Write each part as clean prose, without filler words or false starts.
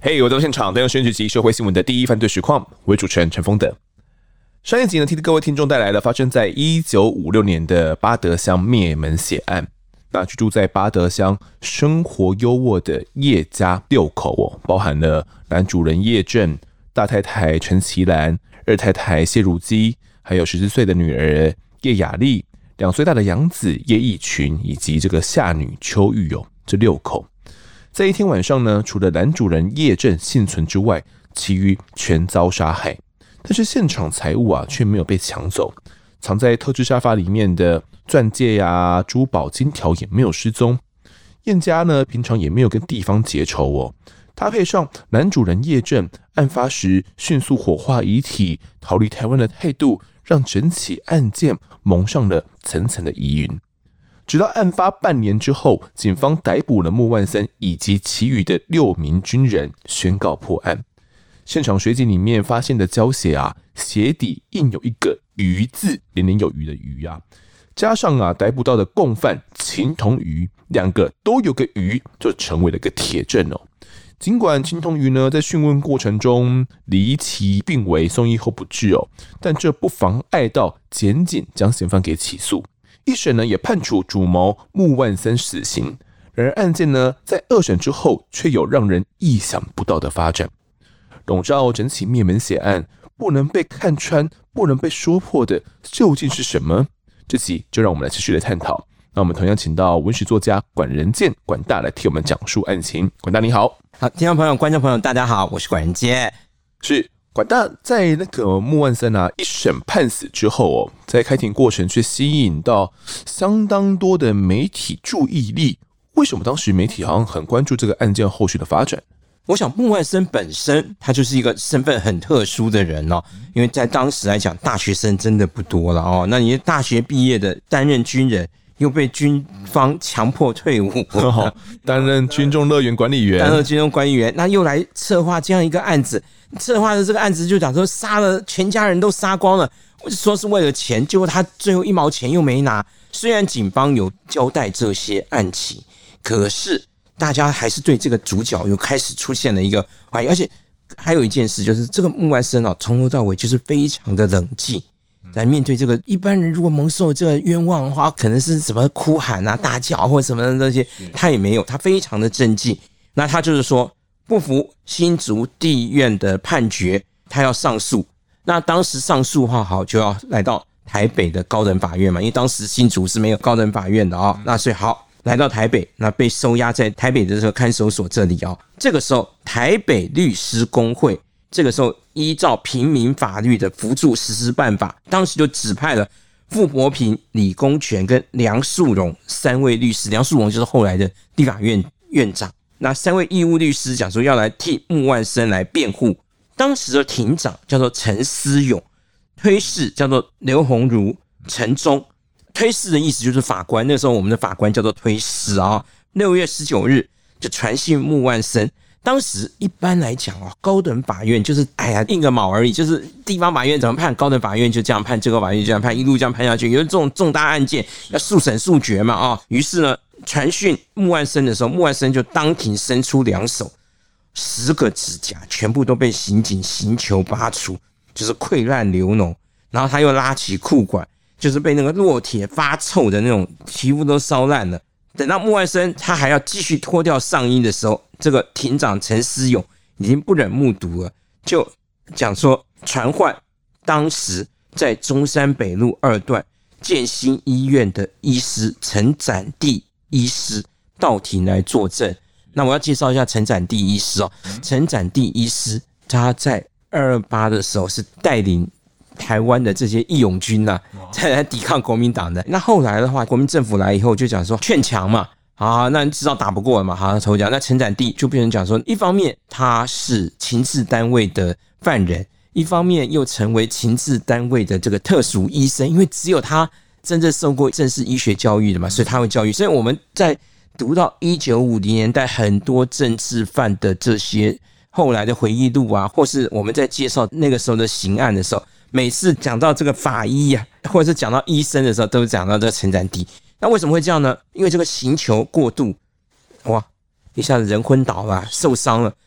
嘿，我在现场，带用选举及社会新闻的第一犯罪实况，我是主持人陈丰德。上一集呢，替各位听众带来了发生在1956年的八德乡灭门血案。那居住在八德乡生活优渥的叶家6口包含了男主人叶正、大太太陈其兰、二太太谢如基，还有14岁的女儿叶雅丽、2岁大的养子叶义群，以及这个下女邱玉这6口。在一天晚上呢，除了男主人叶正幸存之外，其余全遭杀害。但是现场财物却没有被抢走，藏在特制沙发里面的钻戒珠宝、金条也没有失踪。叶家呢，平常也没有跟地方结仇搭配上男主人叶正案发时迅速火化遗体、逃离台湾的态度，让整起案件蒙上了层层的疑云。直到案发半年之后，警方逮捕了穆万森以及其余的6名军人，宣告破案。现场水井里面发现的胶鞋鞋底印有一个余字，年年有余的余加上逮捕到的共犯秦同瑜，2个都有个余，就成为了个铁证尽管秦同瑜呢在讯问过程中离奇病危，送医后不治但这不妨碍到检警将嫌犯给起诉。一审呢也判处主谋穆万森死刑。然而案件呢在2审之后，却有让人意想不到的发展。笼罩整起灭门血案，不能被看穿、不能被说破的究竟是什么？这集就让我们来持续的探讨。那我们同样请到文史作家管仁健管大来替我们讲述案情。管大你好。 好，听众朋友、观众朋友大家好，我是管仁健。 是管大在那个穆万森一审判死之后在开庭过程却吸引到相当多的媒体注意力。为什么当时媒体好像很关注这个案件后续的发展？ 我想穆万森本身他就是一个身份很特殊的人因为在当时来讲，大学生真的不多了那你大学毕业的担任军人，又被军方强迫退伍担任军中乐园管理员， 那又来策划这样一个案子，策划的这个案子就讲说杀了全家人都杀光了，说是为了钱，结果他最后1毛钱又没拿。虽然警方有交代这些案情，可是大家还是对这个主角又开始出现了一个怀疑。而且还有一件事，就是这个穆万森从头到尾就是非常的冷静，在面对这个一般人如果蒙受这个冤枉的话，可能是什么哭喊大叫或什么的这些，他也没有，他非常的镇静。那他就是说不服新竹地院的判决，他要上诉。那当时上诉的话，好就要来到台北的高等法院嘛，因为当时新竹是没有高等法院的那所以好来到台北，那被收押在台北的这个看守所这里这个时候台北律师公会这个时候依照平民法律的辅助实施办法，当时就指派了傅伯平、李公权跟梁树荣3位律师。梁树荣就是后来的地法院院长。那3位义务律师讲说要来替穆万森来辩护。当时的庭长叫做陈思勇，推事叫做刘鸿儒、陈忠。推事的意思就是法官，那时候我们的法官叫做推事6月19日就传讯穆万森。当时一般来讲高等法院就是印个卯而已，就是地方法院怎么判，高等法院就这样判，最高法院就这样判，一路这样判下去。有这种重大案件要速审速决嘛于是呢传讯穆万森的时候，穆万森就当庭伸出2手，10个指甲全部都被刑警刑求拔除，就是溃烂流脓。然后他又拉起裤管，就是被那个烙铁发臭的那种皮肤都烧烂了。等到穆万森他还要继续脱掉上衣的时候，这个庭长陈思勇已经不忍目睹了，就讲说传唤当时在中山北路2段建新医院的医师陈展娣医师到庭来作证。那我要介绍一下陈展娣医师陈展娣医师他在228的时候是带领台湾的这些义勇军在来抵抗国民党的。那后来的话，国民政府来以后就讲说劝强嘛，那你知道打不过了嘛，好抽奖。那陈展娣就变成讲说，一方面他是情治单位的犯人，一方面又成为情治单位的这个特殊医生，因为只有他真正受过正式医学教育的嘛，所以他会教育。所以我们在读到1950年代很多政治犯的这些后来的回忆录或是我们在介绍那个时候的刑案的时候，每次讲到这个法医或者是讲到医生的时候，都讲到这个陈展娣。那为什么会这样呢？因为这个刑求过度，一下子人昏倒了，受伤了，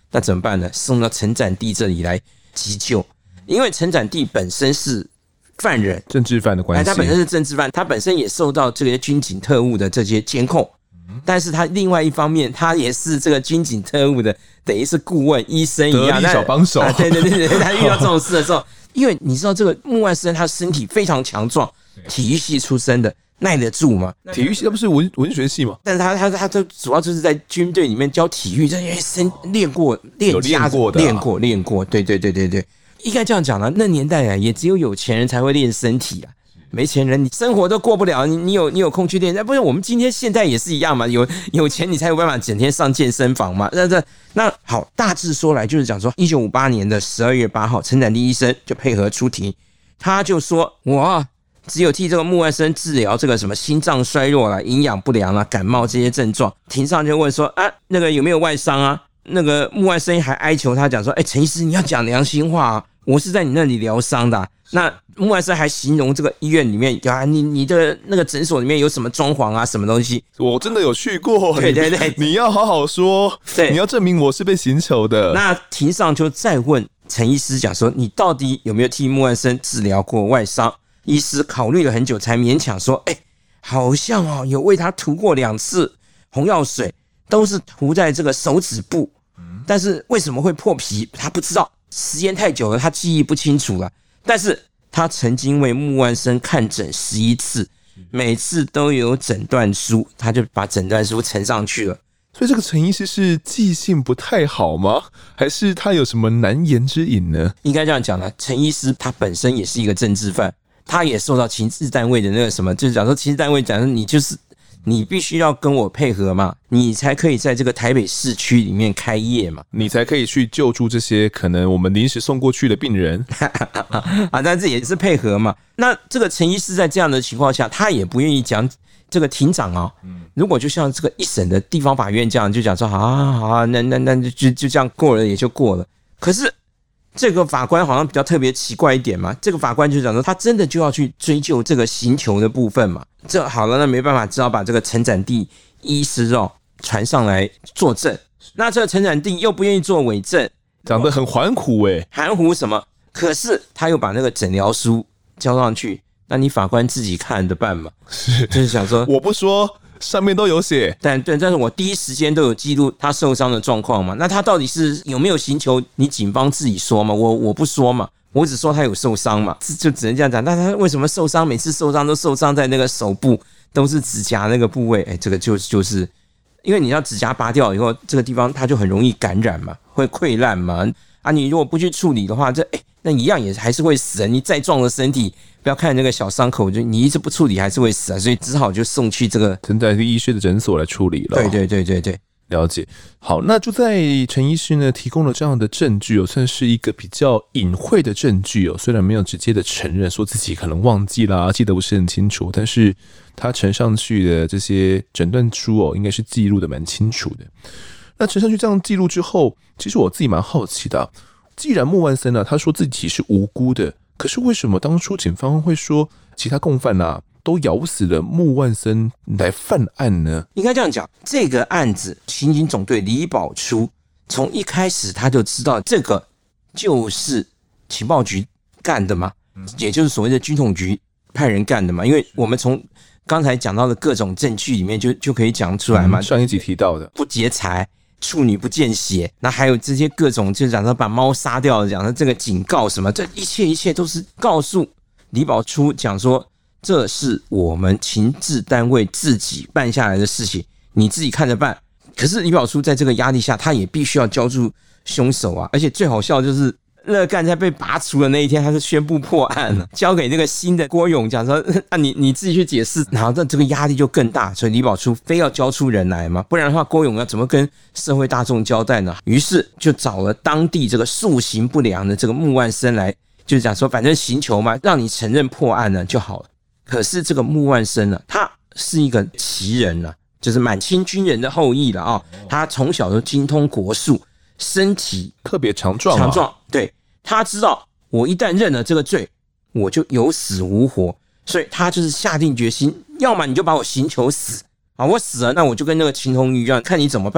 那怎么办呢？送到陈展地这里来急救，因为陈展地本身是犯人， 政治犯的关系， 他本身是政治犯，他本身也受到这些军警特务的这些监控。但是他另外一方面，他也是这个军警特务的，等于是顾问、医生一样， 得力小帮手。 对对对对，他遇到这种事的时候，因为你知道这个穆万生他身体非常强壮，体育系出身的，耐得住嘛。 体育系他不是文学系吗？ 但是他主要就是在军队里面教体育，这些练过，练过，对对对对对，应该这样讲了。那年代啊，也只有有钱人才会练身体啊。没钱人，你生活都过不了，你有空去练？不是我们今天现在也是一样嘛？有钱你才有办法整天上健身房嘛？那好，大致说来就是讲说，1958年的12月8号，陈展地医生就配合出庭，他就说我只有替这个穆万生治疗这个什么心脏衰弱啦、营养不良啦、感冒这些症状。庭上就问说啊，那个有没有外伤啊？那个穆万生还哀求他讲说，陈医师你要讲良心话啊，我是在你那里疗伤的啊。那穆万生还形容这个医院里面啊，你的那个诊所里面有什么装潢啊，什么东西？ 我真的有去过。 对对对， 你要好好说，你要证明我是被刑求的。 那庭上就再问陈医师讲说，你到底有没有替穆万生治疗过外伤？医师考虑了很久，才勉强说，好像有为他涂过2次红药水，都是涂在这个手指部，但是为什么会破皮，他不知道，时间太久了，他记忆不清楚了。但是他曾经为穆万生看诊11次，每次都有诊断书，他就把诊断书呈上去了。 所以这个陈医师是记性不太好吗？还是他有什么难言之隐呢？ 应该这样讲啦，陈医师他本身也是一个政治犯，他也受到情治单位的那个什么，就是讲说情治单位讲说你必须要跟我配合嘛，你才可以在这个台北市区里面开业嘛， 你才可以去救助这些可能我们临时送过去的病人啊，但这也是配合嘛。那这个陈医师在这样的情况下，他也不愿意讲这个庭长如果就像这个一审的地方法院这样，就讲说好啊，那就这样过了也就过了。可是这个法官好像比较特别奇怪一点嘛，这个法官就讲说他真的就要去追究这个刑求的部分嘛。这好了，那没办法，只好把这个陈展地医师传上来作证。那这个陈展地又不愿意做伪证， 讲得很含糊含糊什么？可是他又把那个诊疗书交上去，那你法官自己看着办嘛。就是想说我不说上面都有写， 但是我第一时间都有记录他受伤的状况嘛。那他到底是有没有刑求？你警方自己说嘛，我不说嘛，我只说他有受伤嘛，就只能这样讲。那他为什么受伤？每次受伤都受伤在那个手部，都是指甲那个部位。这个就是因为你要指甲拔掉以后，这个地方它就很容易感染嘛，会溃烂嘛。你如果不去处理的话，那一样也还是会死人。你再壮的身体，不要看那个小伤口，就你一直不处理还是会死啊。所以只好就送去这个陈展地医师的诊所来处理了。 对， 了解。好，那就在陈医师呢提供了这样的证据算是一个比较隐晦的证据虽然没有直接的承认说自己可能忘记啦，记得不是很清楚，但是他呈上去的这些诊断书应该是记录的蛮清楚的。那呈上去这样记录之后，其实我自己蛮好奇的既然穆万生他说自己是无辜的，可是为什么当初警方会说其他共犯都咬死了穆万生来犯案呢？ 应该这样讲，这个案子刑警总队李宝初从一开始他就知道这个就是情报局干的嘛，也就是所谓的军统局派人干的嘛。因为我们从刚才讲到的各种证据里面就可以讲出来嘛。 上一集提到的不劫财，处女不见血，那还有这些各种，就讲说把猫杀掉，讲说这个警告什么，这一切都是告诉李宝初讲说，这是我们情治单位自己办下来的事情，你自己看着办。可是李宝初在这个压力下，他也必须要交出凶手而且最好笑的就是乐干在被拔除的那一天，他是宣布破案了，交给那个新的郭勇讲说你自己去解释，然后这个压力就更大，所以李宝初非要交出人来嘛，不然的话郭勇要怎么跟社会大众交代呢？于是就找了当地这个素行不良的这个穆万生来，就是讲说反正刑求嘛，让你承认破案呢就好了。可是这个穆万生他是一个奇人就是满清军人的后裔了他从小就精通国术，身体特别强壮对，他知道我一旦认了这个罪，我就有死无活，所以他就是下定决心，要么你就把我刑求死我死了，那我就跟那个秦童玉一样，看你怎么办。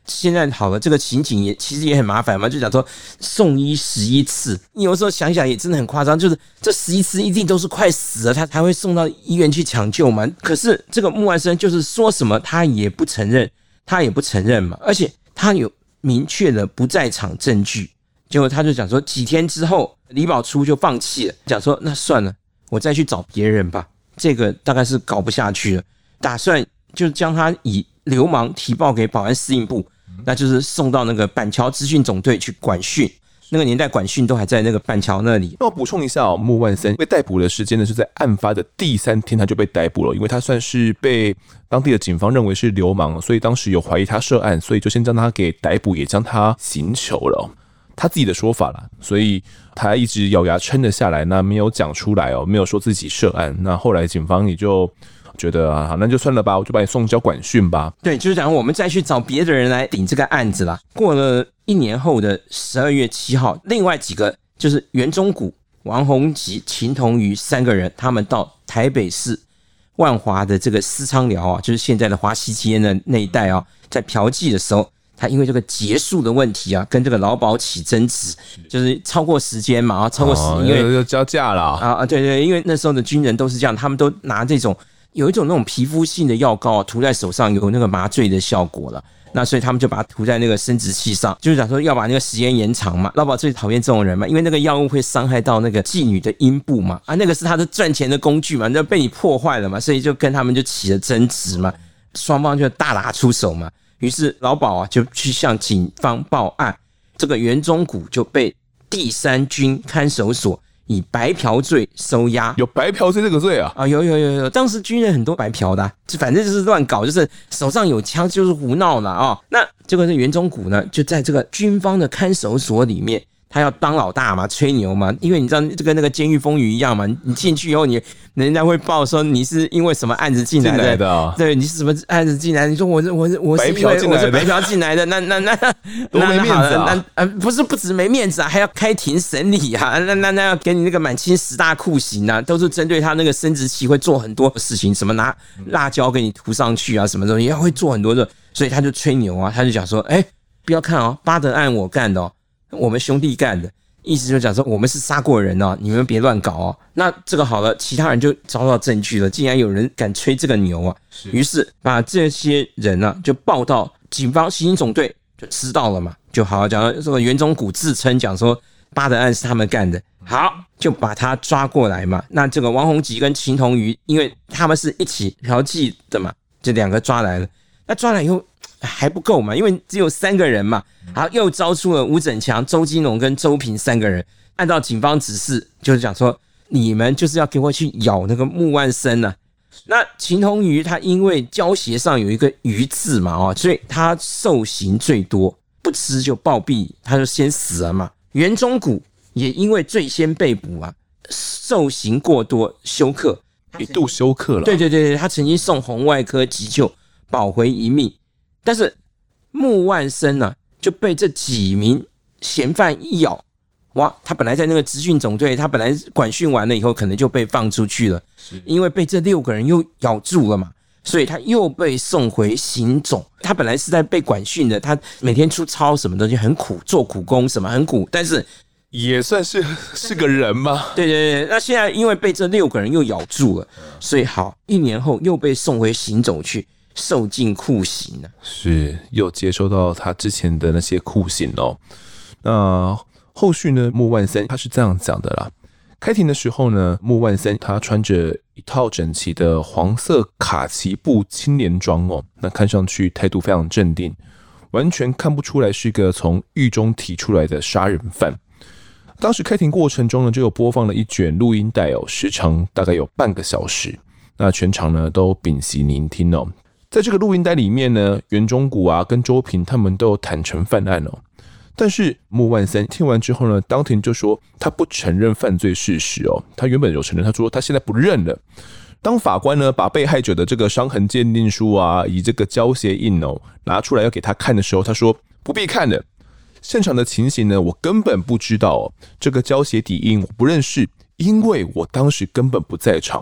现在好了，这个刑警其实也很麻烦嘛，就讲说送医11次，你有时候想想也真的很夸张，就是这11次一定都是快死了，他才会送到医院去抢救嘛。可是这个穆万生就是说什么他也不承认嘛，而且他有明确的不在场证据。结果他就讲说，几天之后李宝初就放弃了，讲说那算了，我再去找别人吧，这个大概是搞不下去了，打算就将他以流氓提报给保安司令部，那就是送到那个板桥资讯总队去管训。那个年代管训都还在那个板桥那里。 那我补充一下穆万森被逮捕的时间呢是在案发的第3天他就被逮捕了，因为他算是被当地的警方认为是流氓，所以当时有怀疑他涉案，所以就先将他给逮捕，也将他刑求了。他自己的说法啦，所以他一直咬牙撑了下来，那没有讲出来没有说自己涉案。那后来警方也就觉得好，那就算了吧，我就把你送交管训吧。 对，就是讲我们再去找别的人来顶这个案子啦。过了1年后的12月7号，另外几个就是袁忠谷、王宏吉、秦同瑜3个人，他们到台北市万华的这个私娼寮就是现在的华西街那一带在嫖妓的时候，他因为这个结束的问题跟这个劳保起争执，就是超过时间嘛，超过时间，因为就交价了对，因为那时候的军人都是这样，他们都拿这种有一种那种皮肤性的药膏涂在手上，有那个麻醉的效果了。那所以他们就把它涂在那个生殖器上，就是讲说要把那个时间延长嘛。劳保最讨厌这种人嘛，因为那个药物会伤害到那个妓女的阴部嘛，那个是他的赚钱的工具嘛，那被你破坏了嘛，所以就跟他们就起了争执嘛，双方就大打出手嘛。于是劳保就去向警方报案，这个袁忠谷就被第3军看守所以白嫖罪收押。 有白嫖罪这个罪有，当时军人很多白嫖的反正就是乱搞，就是手上有枪就是胡闹了那这个袁忠谷呢，就在这个军方的看守所里面，他要当老大嘛，吹牛嘛，因为你知道这跟那个监狱风云一样嘛，你进去以后人家会报说你是因为什么案子进来的，对，你是什么案子进来？你说我是因为我是白嫖进来的，那多没面子不是不止没面子还要开庭审理那要给你那个满清10大酷刑都是针对他那个生殖器会做很多事情，什么拿辣椒给你涂上去什么东西，会做很多的，所以他就吹牛他就讲说，不要看巴德案我干的我们兄弟干的，意思就讲说我们是杀过人你们别乱搞那这个好了，其他人就找到证据了，竟然有人敢吹这个牛于是把这些人就报到警方刑警总队，就知道了嘛，就好讲这个袁忠谷自称讲说巴德案是他们干的，好就把他抓过来嘛。那这个王宏吉跟秦同瑜，因为他们是一起嫖妓的嘛，这2个抓来了。那抓来以后还不够嘛，因为只有3个人嘛，好又招出了吴整强、周金龙跟周平3个人，按照警方指示，就是讲说你们就是要给我去咬那个穆万生那秦同瑜他因为胶鞋上有一个鱼字嘛所以他受刑最多，不吃就暴毙，他就先死了嘛。袁忠谷也因为最先被捕受刑过多休克， 一度休克了。 对，他曾经送红外科急救保回一命，但是穆万生就被这几名嫌犯一咬，哇！他本来在那个资讯总队，他本来管训完了以后可能就被放出去了，因为被这6个人又咬住了嘛，所以他又被送回刑总。他本来是在被管训的，他每天出操什么东西很苦，做苦工什么很苦，但是也算是个人嘛。 对，那现在因为被这6个人又咬住了，所以好1年后又被送回刑总去受尽酷刑是又接收到他之前的那些酷刑那后续呢，穆万森他是这样讲的啦。开庭的时候呢，穆万森他穿着一套整齐的黄色卡其布青年装那看上去态度非常镇定，完全看不出来是一个从狱中提出来的杀人犯。当时开庭过程中呢，就有播放了一卷录音带时长大概有半个小时，那全场呢都屏息聆听在这个录音带里面呢，袁忠谷跟周平他们都有坦诚犯案但是穆万森听完之后呢，当庭就说他不承认犯罪事实他原本有承认，他说他现在不认了。当法官呢把被害者的这个伤痕鉴定书以这个胶鞋印拿出来要给他看的时候，他说不必看了。现场的情形呢，我根本不知道这个胶鞋底印我不认识，因为我当时根本不在场。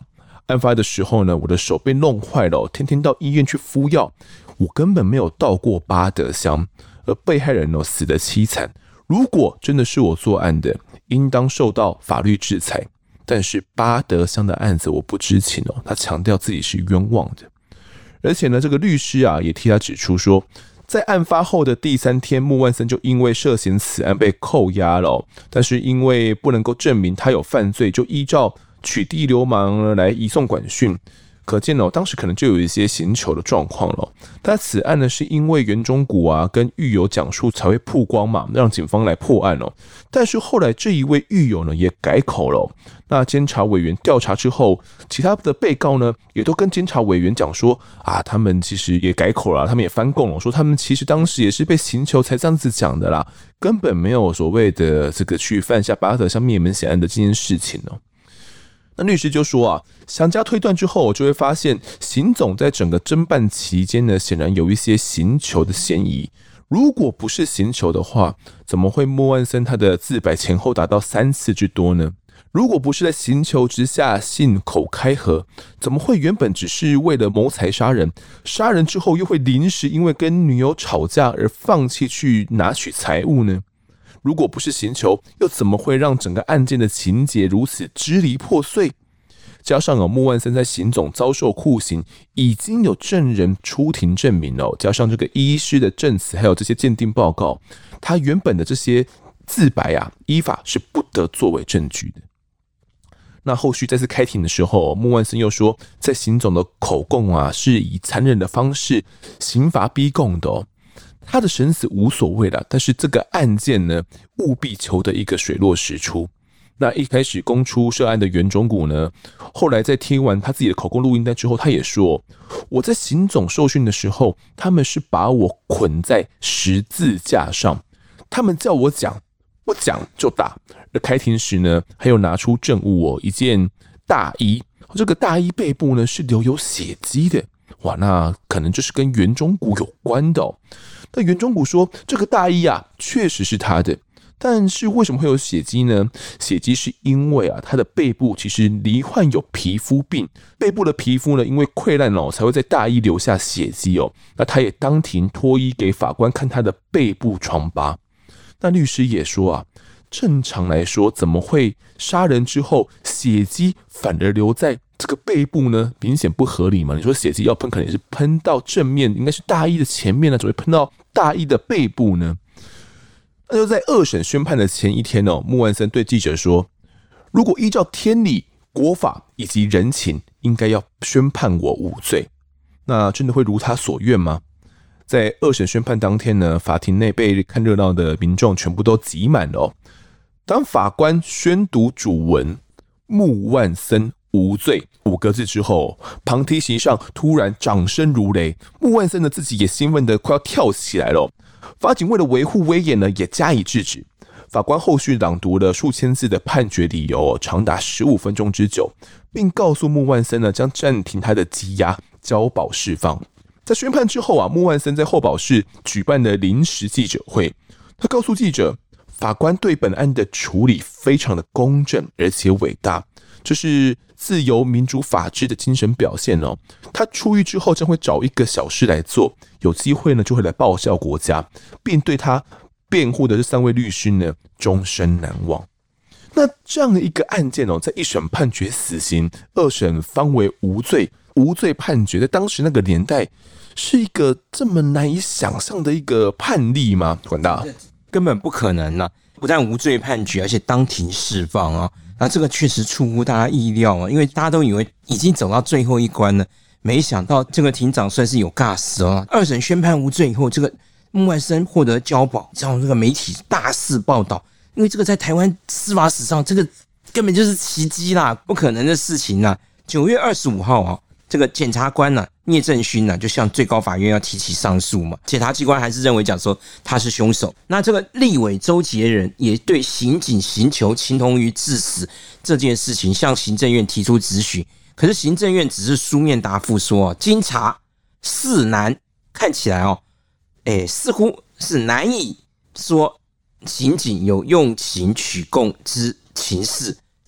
案发的时候呢，我的手被弄坏了，天天到医院去敷药，我根本没有到过八德乡，而被害人死得凄惨。如果真的是我作案的，应当受到法律制裁。但是八德乡的案子我不知情他强调自己是冤枉的。而且呢，这个律师也替他指出说，在案发后的第3天，穆万森就因为涉嫌此案被扣押了，但是因为不能够证明他有犯罪，就依照取缔流氓来移送管训。可见当时可能就有一些刑求的状况了。但此案呢，是因为袁忠谷跟狱友讲述才会曝光嘛，让警方来破案但是后来这一位狱友呢也改口了。那监察委员调查之后，其他的被告呢也都跟监察委员讲说他们其实也改口了，他们也翻供了，说他们其实当时也是被刑求才这样子讲的啦，根本没有所谓的这个去犯下八德乡灭门血案的这件事情那律师就说详加推断之后，就会发现刑总在整个侦办期间呢，显然有一些刑求的嫌疑。如果不是刑求的话，怎么会穆万森他的自白前后达到3次之多呢？如果不是在刑求之下信口开河，怎么会原本只是为了谋财杀人，杀人之后又会临时因为跟女友吵架而放弃去拿取财物呢？如果不是刑求，又怎么会让整个案件的情节如此支离破碎？加上穆万森在刑总遭受酷刑，已经有证人出庭证明加上这个医师的证词，还有这些鉴定报告，他原本的这些自白依法是不得作为证据的。那后续再次开庭的时候，穆万森又说，在刑总的口供是以残忍的方式刑罚逼供的他的生死无所谓啦，但是这个案件呢，务必求得一个水落石出。那一开始供出涉案的袁忠谷呢，后来在听完他自己的口供录音带之后，他也说，我在刑总受训的时候，他们是把我捆在十字架上，他们叫我讲，不讲就打。而开庭时呢，还有拿出证物一件大衣，这个大衣背部呢是留有血迹的。哇，那可能就是跟袁忠谷有关的那袁忠谷说，这个大衣确实是他的，但是为什么会有血迹呢？血迹是因为他的背部其实罹患有皮肤病，背部的皮肤呢因为溃烂才会在大衣留下血迹那他也当庭脱衣给法官看他的背部疮疤。那律师也说正常来说，怎么会杀人之后血迹反而留在这个背部呢？明显不合理嘛！你说血迹要喷，可能也是喷到正面，应该是大衣的前面怎么会喷到大衣的背部呢？那就在2审宣判的前一天穆万森对记者说，如果依照天理、国法以及人情，应该要宣判我无罪。那真的会如他所愿吗？在2审宣判当天呢，法庭内被看热闹的民众全部都挤满了当法官宣读主文穆万森无罪5个字之后，旁听席上突然掌声如雷，穆万森呢自己也兴奋的快要跳起来了。法警为了维护威严呢，也加以制止。法官后续朗读了数千字的判决理由长达15分钟之久，并告诉穆万森呢将暂停他的羁押，交保释放。在宣判之后穆万森在候保室举办了临时记者会，他告诉记者，法官对本案的处理非常的公正而且伟大，这是自由民主法治的精神表现他出狱之后将会找一个小事来做，有机会呢就会来报效国家，并对他辩护的这3位律师呢终身难忘。那这样的一个案件在1审判决死刑，2审方为无罪判决，在当时那个年代是一个这么难以想象的一个判例吗？管大根本不可能不但无罪判决，而且当庭释放那这个确实出乎大家意料因为大家都以为已经走到最后一关了，没想到这个庭长算是有尬死2审宣判无罪以后，这个穆万森获得交保，让这个媒体大肆报道，因为这个在台湾司法史上这个根本就是奇迹啦，不可能的事情啦。9月25号这个检察官聂正勋就向最高法院要提起上诉嘛，检察机关还是认为讲说他是凶手。那这个立委周杰仁也对刑警刑求情同于致死这件事情向行政院提出质询，可是行政院只是书面答复说经查似难，看起来似乎是难以说刑警有用刑取供之情事，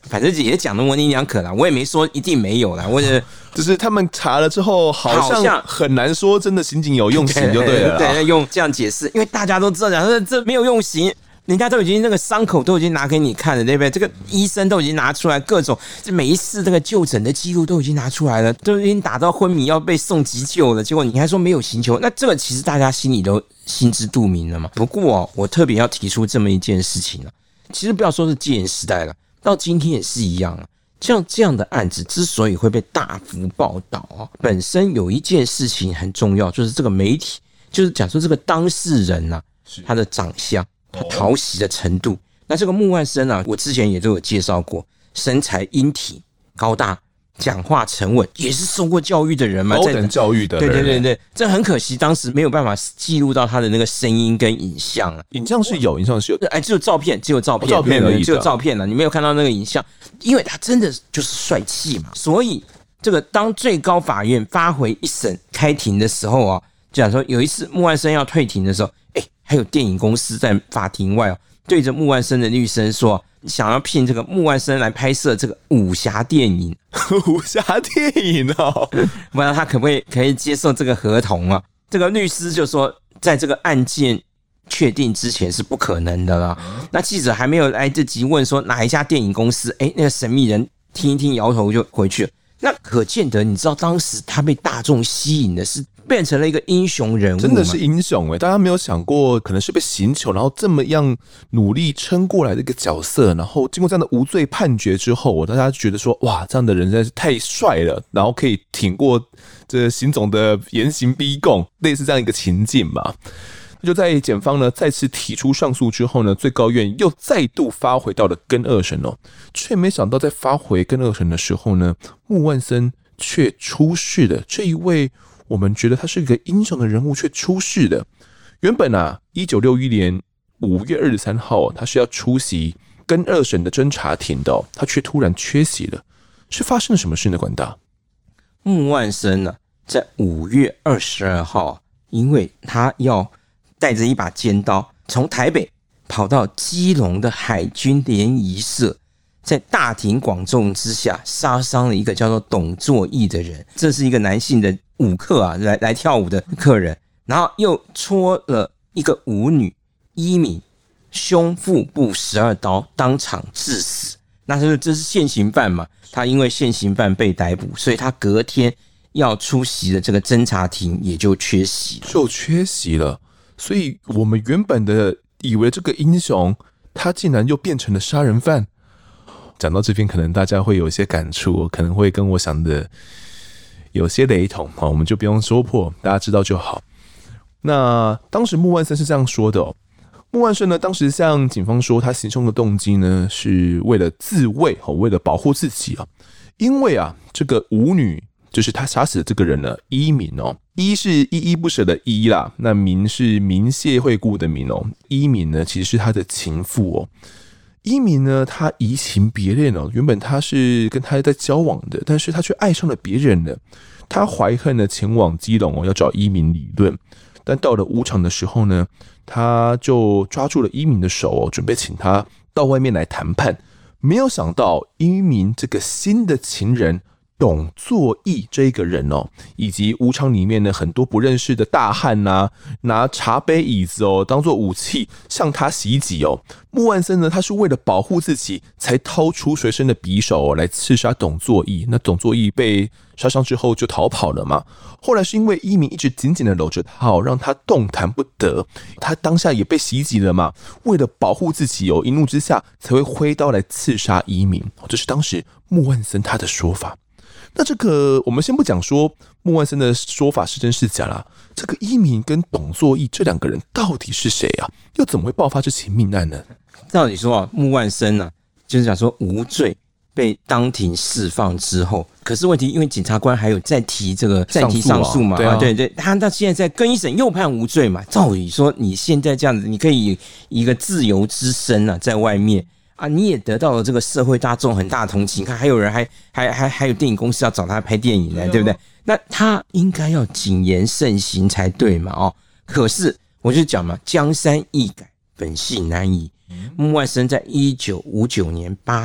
反正也讲的模棱两可啦，我也没说一定没有啦，我也就是他们查了之后，好像很难说真的刑警有用刑就对了啦。 对，用这样解释，因为大家都知道讲这没有用刑。人家都已经那个伤口都已经拿给你看了，对不对？这个医生都已经拿出来各种，这每一次这个就诊的记录都已经拿出来了，都已经打到昏迷要被送急救了。结果你还说没有刑求，那这个其实大家心里都心知肚明了嘛。不过我特别要提出这么一件事情了，其实不要说是戒严时代了，到今天也是一样啊。像这样的案子之所以会被大幅报道本身有一件事情很重要，就是这个媒体，就是讲说这个当事人啊，他的长相。他讨喜的程度，那这个穆万生啊，我之前也都有介绍过，身材英体高大，讲话沉稳，也是受过教育的人嘛， 高等教育的人。 对，这很可惜，当时没有办法记录到他的那个声音跟影像啊。 影像是有， 只有照片，只有照片而已，只有照片了，你没有看到那个影像，因为他真的就是帅气嘛。所以这个当最高法院发回一审开庭的时候啊，就讲说有一次穆万生要退庭的时候。还有电影公司在法庭外对着穆万生的律师说，想要聘这个穆万生来拍摄这个武侠电影。 武侠电影哦， 不知道他可以接受这个合同啊？这个律师就说，在这个案件确定之前是不可能的啦。那记者还没有来得及问说哪一家电影公司，那个神秘人听一听摇头就回去了。那可见得，你知道当时他被大众吸引的是变成了一个英雄人物， 真的是英雄大家没有想过可能是被刑求，然后这么样努力撑过来的一个角色，然后经过这样的无罪判决之后，大家觉得说哇，这样的人实在是太帅了，然后可以挺过这刑总的严刑逼供，类似这样一个情境嘛。就在检方呢再次提出上诉之后呢，最高院又再度发回到了更二审却没想到在发回更二审的时候呢，穆万生却出事了。这一位我们觉得他是一个英雄的人物却出事了。原本1961年5月23号他是要出席更二审的侦查庭的他却突然缺席了，是发生了什么事呢？管大， 穆万生在5月22号，因为他要带着一把尖刀从台北跑到基隆的海军联谊社，在大庭广众之下杀伤了一个叫做董作义的人，这是一个男性的舞客来跳舞的客人，然后又戳了一个舞女伊敏胸腹部12刀，当场致死。那这是现行犯嘛，他因为现行犯被逮捕，所以他隔天要出席的这个侦查庭也就缺席了。所以我们原本的以为这个英雄他竟然又变成了杀人犯。讲到这边可能大家会有一些感触，可能会跟我想的有些雷同，我们就不用说破，大家知道就好。那当时穆万生是这样说的穆万生呢，当时向警方说他行凶的动机呢是为了自卫，为了保护自己因为这个舞女就是他杀死的这个人呢，伊敏伊是依依不舍的依啦，那明是明谢惠顾的明伊敏呢其实是他的情妇伊敏呢他移情别恋原本他是跟他在交往的，但是他却爱上了别人了。他怀恨的前往基隆要找伊敏理论，但到了舞场的时候呢，他就抓住了伊敏的手准备请他到外面来谈判。没有想到伊敏这个新的情人董作义这个人以及舞场里面呢很多不认识的大汉拿茶杯椅子当作武器向他袭击穆万生呢，他是为了保护自己才掏出随身的匕首来刺杀董作义。那董作义被杀伤之后就逃跑了嘛。后来是因为伊敏一直紧紧的搂着他让他动弹不得，他当下也被袭击了嘛。为了保护自己一怒之下才会挥刀来刺杀伊敏。这是当时穆万生他的说法。那这个我们先不讲说穆万生的说法是真是假啦，这个伊敏跟董作义这两个人到底是谁又怎么会爆发这起命案呢？ 照理说穆万生就是讲说无罪被当庭释放之后，可是问题因为检察官还有再提这个暂提上诉嘛，对，他到现在在更一审又判无罪嘛。照理说你现在这样子，你可以以一个自由之身在外面。你也得到了这个社会大众很大的同情，看还有人还有电影公司要找他拍电影呢，对不对？那他应该要谨言慎行才对嘛可是我就讲嘛，江山易改，本性难移。穆万生在1959年8月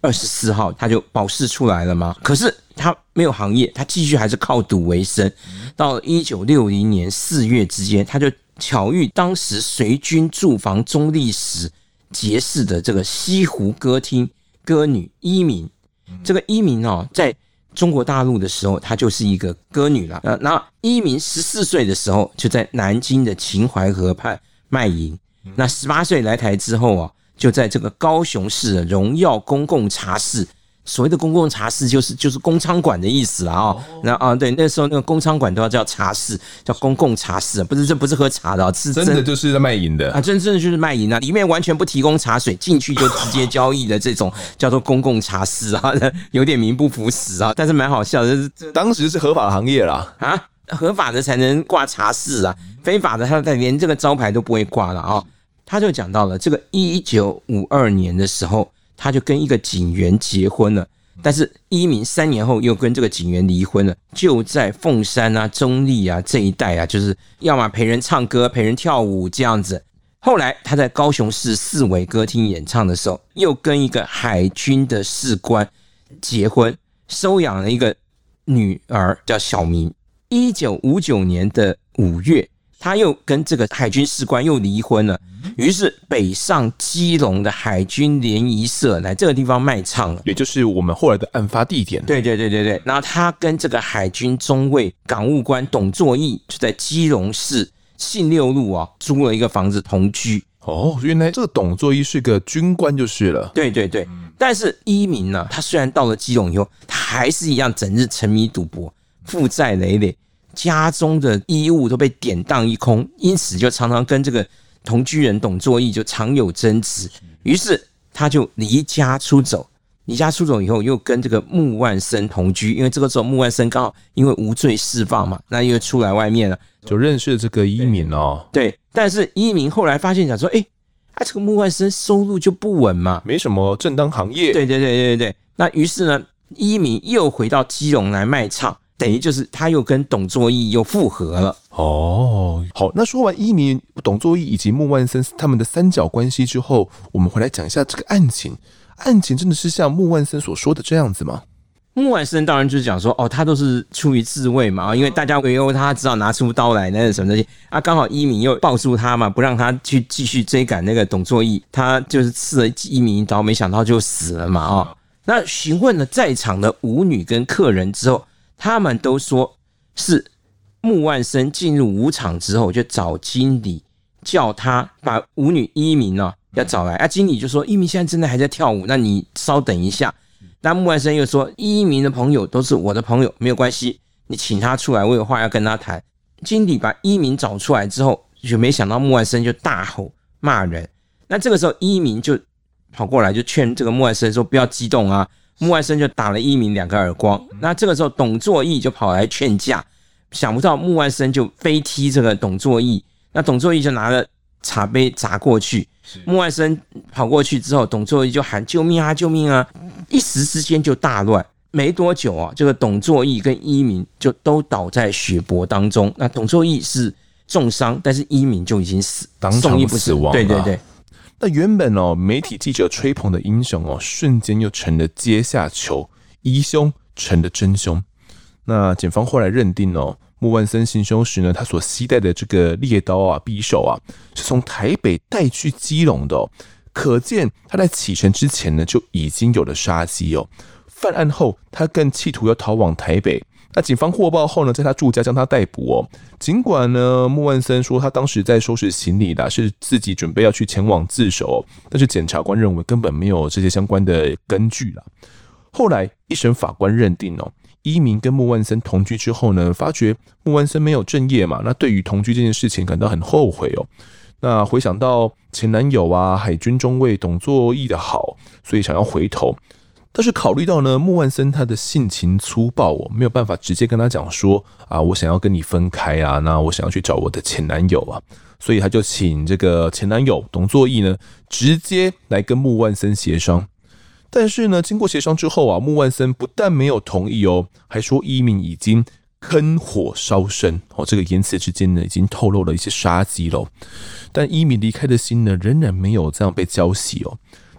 24号他就保释出来了嘛，可是他没有行业，他继续还是靠赌为生。到了1960年4月之间，他就巧遇当时随军驻防中立时结识的这个西湖歌厅歌女伊敏。这个伊敏在中国大陆的时候，她就是一个歌女了。那伊敏14岁的时候，就在南京的秦淮河畔卖淫。那18岁来台之后就在这个高雄市的荣耀公共茶室。所谓的公共茶室就是公娼馆的意思啦对，那时候那个公娼馆都要叫茶室，叫公共茶室，这不是喝茶的是真的就是在卖淫的真的就是卖淫里面完全不提供茶水，进去就直接交易的这种叫做公共茶室有点名不符实但是蛮好笑的。 当时是合法的行业啦合法的才能挂茶室非法的他连这个招牌都不会挂了他就讲到了这个1952年的时候，他就跟一个警员结婚了，但是伊敏3年后又跟这个警员离婚了，就在凤山中立这一带就是要么陪人唱歌陪人跳舞这样子。后来他在高雄市四维歌厅演唱的时候，又跟一个海军的士官结婚，收养了一个女儿叫小明。1959年的5月，他又跟这个海军士官又离婚了，于是北上基隆的海军联谊社来这个地方卖唱了， 也就是我们后来的案发地点。 对，然后他跟这个海军中尉港务官董作义就在基隆市信六路租了一个房子同居。 原来这个董作义是个军官就是了。 对，但是伊敏他虽然到了基隆以后，他还是一样整日沉迷赌博，负债累累，家中的衣物都被典当一空，因此就常常跟这个同居人董作义就常有争执。于是他就离家出走以后，又跟这个穆万生同居，因为这个时候穆万生刚好因为无罪释放嘛，那又出来外面了， 就认识了这个伊敏对，但是伊敏后来发现讲说这个穆万生收入就不稳嘛， 没什么正当行业。 对，那于是呢，伊敏又回到基隆来卖唱，等于就是他又跟董作义又复合了。 好，那说完伊敏、董作义以及穆万生他们的三角关系之后，我们回来讲一下这个案情。案情真的是像穆万生所说的这样子吗？ 穆万生当然就是讲说他都是出于自卫嘛，因为大家围殴他，只好拿出刀来那什么东西刚好伊敏又抱住他嘛，不让他去继续追赶那个董作义，他就是刺了伊敏一刀，没想到就死了嘛那询问了在场的舞女跟客人之后，他们都说是穆万生进入舞场之后就找经理叫他把舞女伊敏要找来经理就说伊敏现在真的还在跳舞，那你稍等一下。那穆万生又说伊敏的朋友都是我的朋友，没有关系，你请他出来，我有话要跟他谈。经理把伊敏找出来之后，就没想到穆万生就大吼骂人。那这个时候伊敏就跑过来就劝这个穆万生说不要激动穆万生就打了伊敏2个耳光。那这个时候董作义就跑来劝架，想不到穆万生就飞踢这个董作义，那董作义就拿了茶杯砸过去，穆万生跑过去之后，董作义就喊救命救命一时之间就大乱。没多久这个董作义跟伊敏就都倒在血泊当中。那董作义是重伤，但是伊敏就已经当场死亡了。 对。 那原本媒体记者吹捧的英雄瞬间又成了阶下囚，疑凶成了真凶。那检方后来认定穆万生行凶时呢，他所携带的这个猎刀匕首是从台北带去基隆的可见他在启程之前呢就已经有了杀机犯案后，他更企图要逃往台北。那警方获报后呢，在他住家将他逮捕尽管呢，穆万生说他当时在收拾行李啦，是自己准备要去前往自首但是检察官认为根本没有这些相关的根据啦。后来一审法官认定伊敏跟穆万生同居之后呢，发觉穆万生没有正业嘛，那对于同居这件事情感到很后悔那回想到前男友海军中尉董作义的好，所以想要回头。但是考虑到呢，穆万生他的性情粗暴没有办法直接跟他讲说我想要跟你分开那我想要去找我的前男友所以他就请这个前男友董作义呢直接来跟穆万生协商。但是呢，经过协商之后穆万生不但没有同意还说伊敏已经坑火烧身这个言辞之间呢已经透露了一些杀机了。但伊敏离开的心呢仍然没有这样被浇熄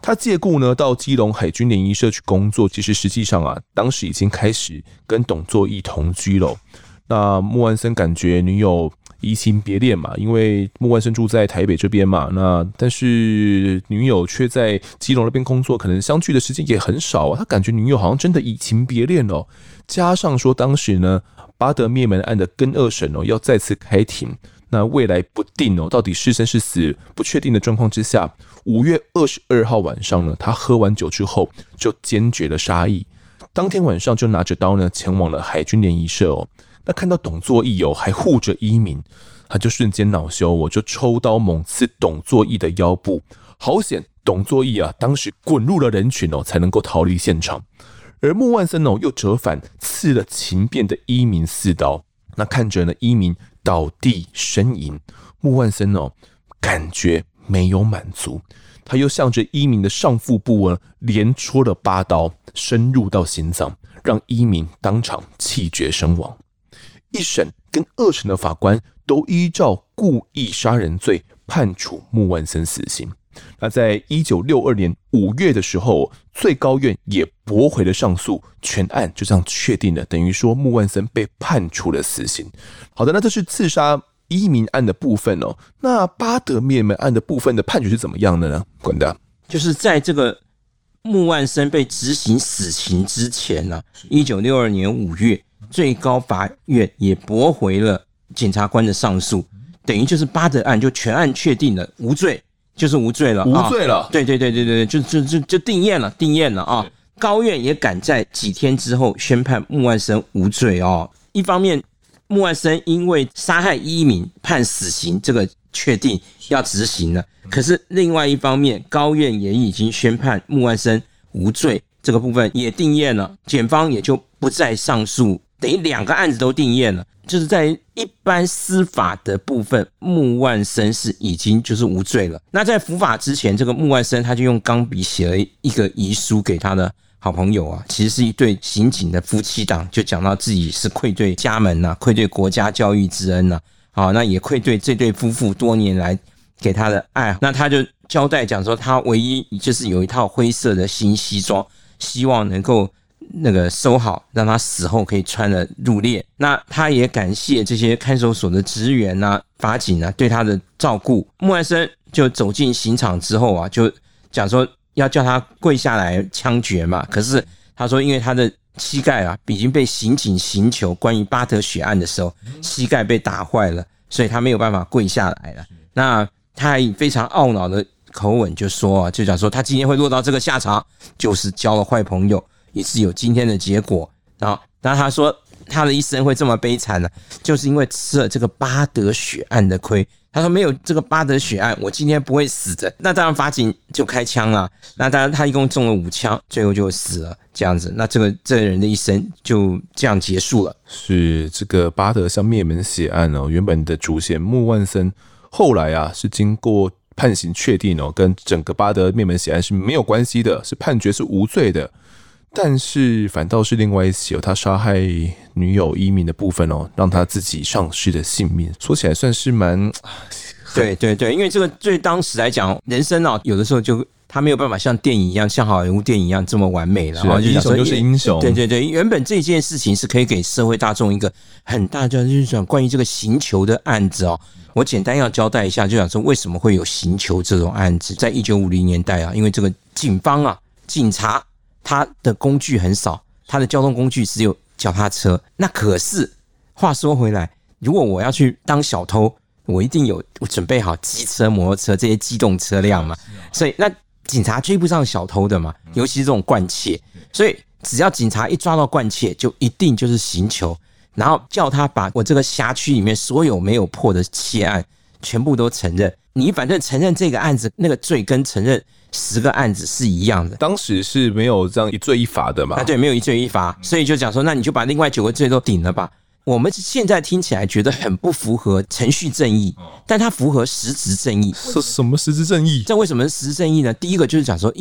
他借故呢到基隆海军联谊社去工作，其实实际上啊，当时已经开始跟董作义同居了。那穆万森感觉女友移情别恋嘛，因为穆万森住在台北这边嘛，但是女友却在基隆那边工作，可能相聚的时间也很少啊。他感觉女友好像真的移情别恋哦。加上说当时呢，八德灭门案的更二审要再次开庭，那未来不定到底是生是死不确定的状况之下，5月22号晚上呢，他喝完酒之后就坚决了杀意，当天晚上就拿着刀呢前往了海军联谊社哦。那看到董作义还护着一鸣，他就瞬间恼羞，就抽刀猛刺董作义的腰部，好险董作义当时滚入了人群才能够逃离现场。而穆万森又折返刺了情变的一鸣4刀，那看着呢一鸣倒地呻吟，穆万森感觉没有满足，他又向着一鸣的上腹部连戳了8刀，深入到心脏，让一鸣当场气绝身亡。1审跟2审的法官都依照故意杀人罪判处穆万森死刑。那在1962年5月的时候，最高院也驳回了上诉，全案就这样确定了，等于说穆万森被判处了死刑。好的，那这是刺杀一鸣案的部分哦。那八德灭门案的部分的判决是怎么样的呢？滚蛋！ 就是在这个穆万森被执行死刑之前呢，1962年5月，最高法院也驳回了检察官的上诉，等于就是八德案就全案确定了无罪。就是无罪了， 无罪了， 对，就定验了啊！高院也赶在几天之后宣判穆万森无罪哦。一方面，穆万森因为杀害一鸣判死刑，这个确定要执行了。可是另外一方面，高院也已经宣判穆万森无罪，这个部分也定验了，检方也就不再上诉，等于2个案子都定验了。就是在一般司法的部分，穆万森是已经就是无罪了。那在伏法之前，这个穆万森他就用钢笔写了一个遗书给他的好朋友啊，其实是一对刑警的夫妻档，就讲到自己是愧对家门啊，愧对国家教育之恩啊，那也愧对这对夫妇多年来给他的爱。那他就交代讲说，他唯一就是有一套灰色的新西装，希望能够收好，让他死后可以穿了入殓。那他也感谢这些看守所的职员啊、法警啊对他的照顾。穆万森就走进刑场之后啊，就讲说要叫他跪下来枪决嘛。可是他说，因为他的膝盖啊已经被刑警刑求关于巴德血案的时候，膝盖被打坏了，所以他没有办法跪下来了。那他还以非常懊恼的口吻就说就讲说他今天会落到这个下场，就是交了坏朋友，也是有今天的结果。然后他说他的一生会这么悲惨呢，就是因为吃了这个巴德血案的亏。他说没有这个巴德血案，我今天不会死的。那当然法警就开枪了，那当然他一共中了5枪，最后就死了这样子。那这个人的一生就这样结束了。 是这个巴德乡灭门血案原本的主嫌穆万森，后来是经过判刑确定跟整个巴德灭门血案是没有关系的，是判决是无罪的。但是反倒是另外一起他杀害女友一鸣的部分让他自己丧失了性命。说起来算是蛮…… 对，因为这个对当时来讲，人生有的时候就他没有办法像电影一样，像好莱坞电影一样这么完美了。 英雄就是英雄。 对，原本这件事情是可以给社会大众一个很大就是讲关于这个刑求的案子我简单要交代一下，就讲说为什么会有刑求这种案子。在1950年代因为这个警方警察他的工具很少，他的交通工具只有脚踏车。那可是话说回来，如果我要去当小偷，我一定有准备好机车、摩托车这些机动车辆嘛，所以那警察追不上小偷的嘛，尤其是这种惯窃。所以只要警察一抓到惯窃，就一定就是刑求，然后叫他把我这个辖区里面所有没有破的窃案全部都承认。你反正承认这个案子，那个罪跟承认10个案子是一样的。 当时是没有这样一罪一罚的嘛？ 对，没有一罪一罚，所以就讲说，那你就把另外9个罪都顶了吧。我们现在听起来觉得很不符合程序正义，但它符合实质正义。 什么实质正义？ 这为什么是实质正义呢？第一个就是讲说，因为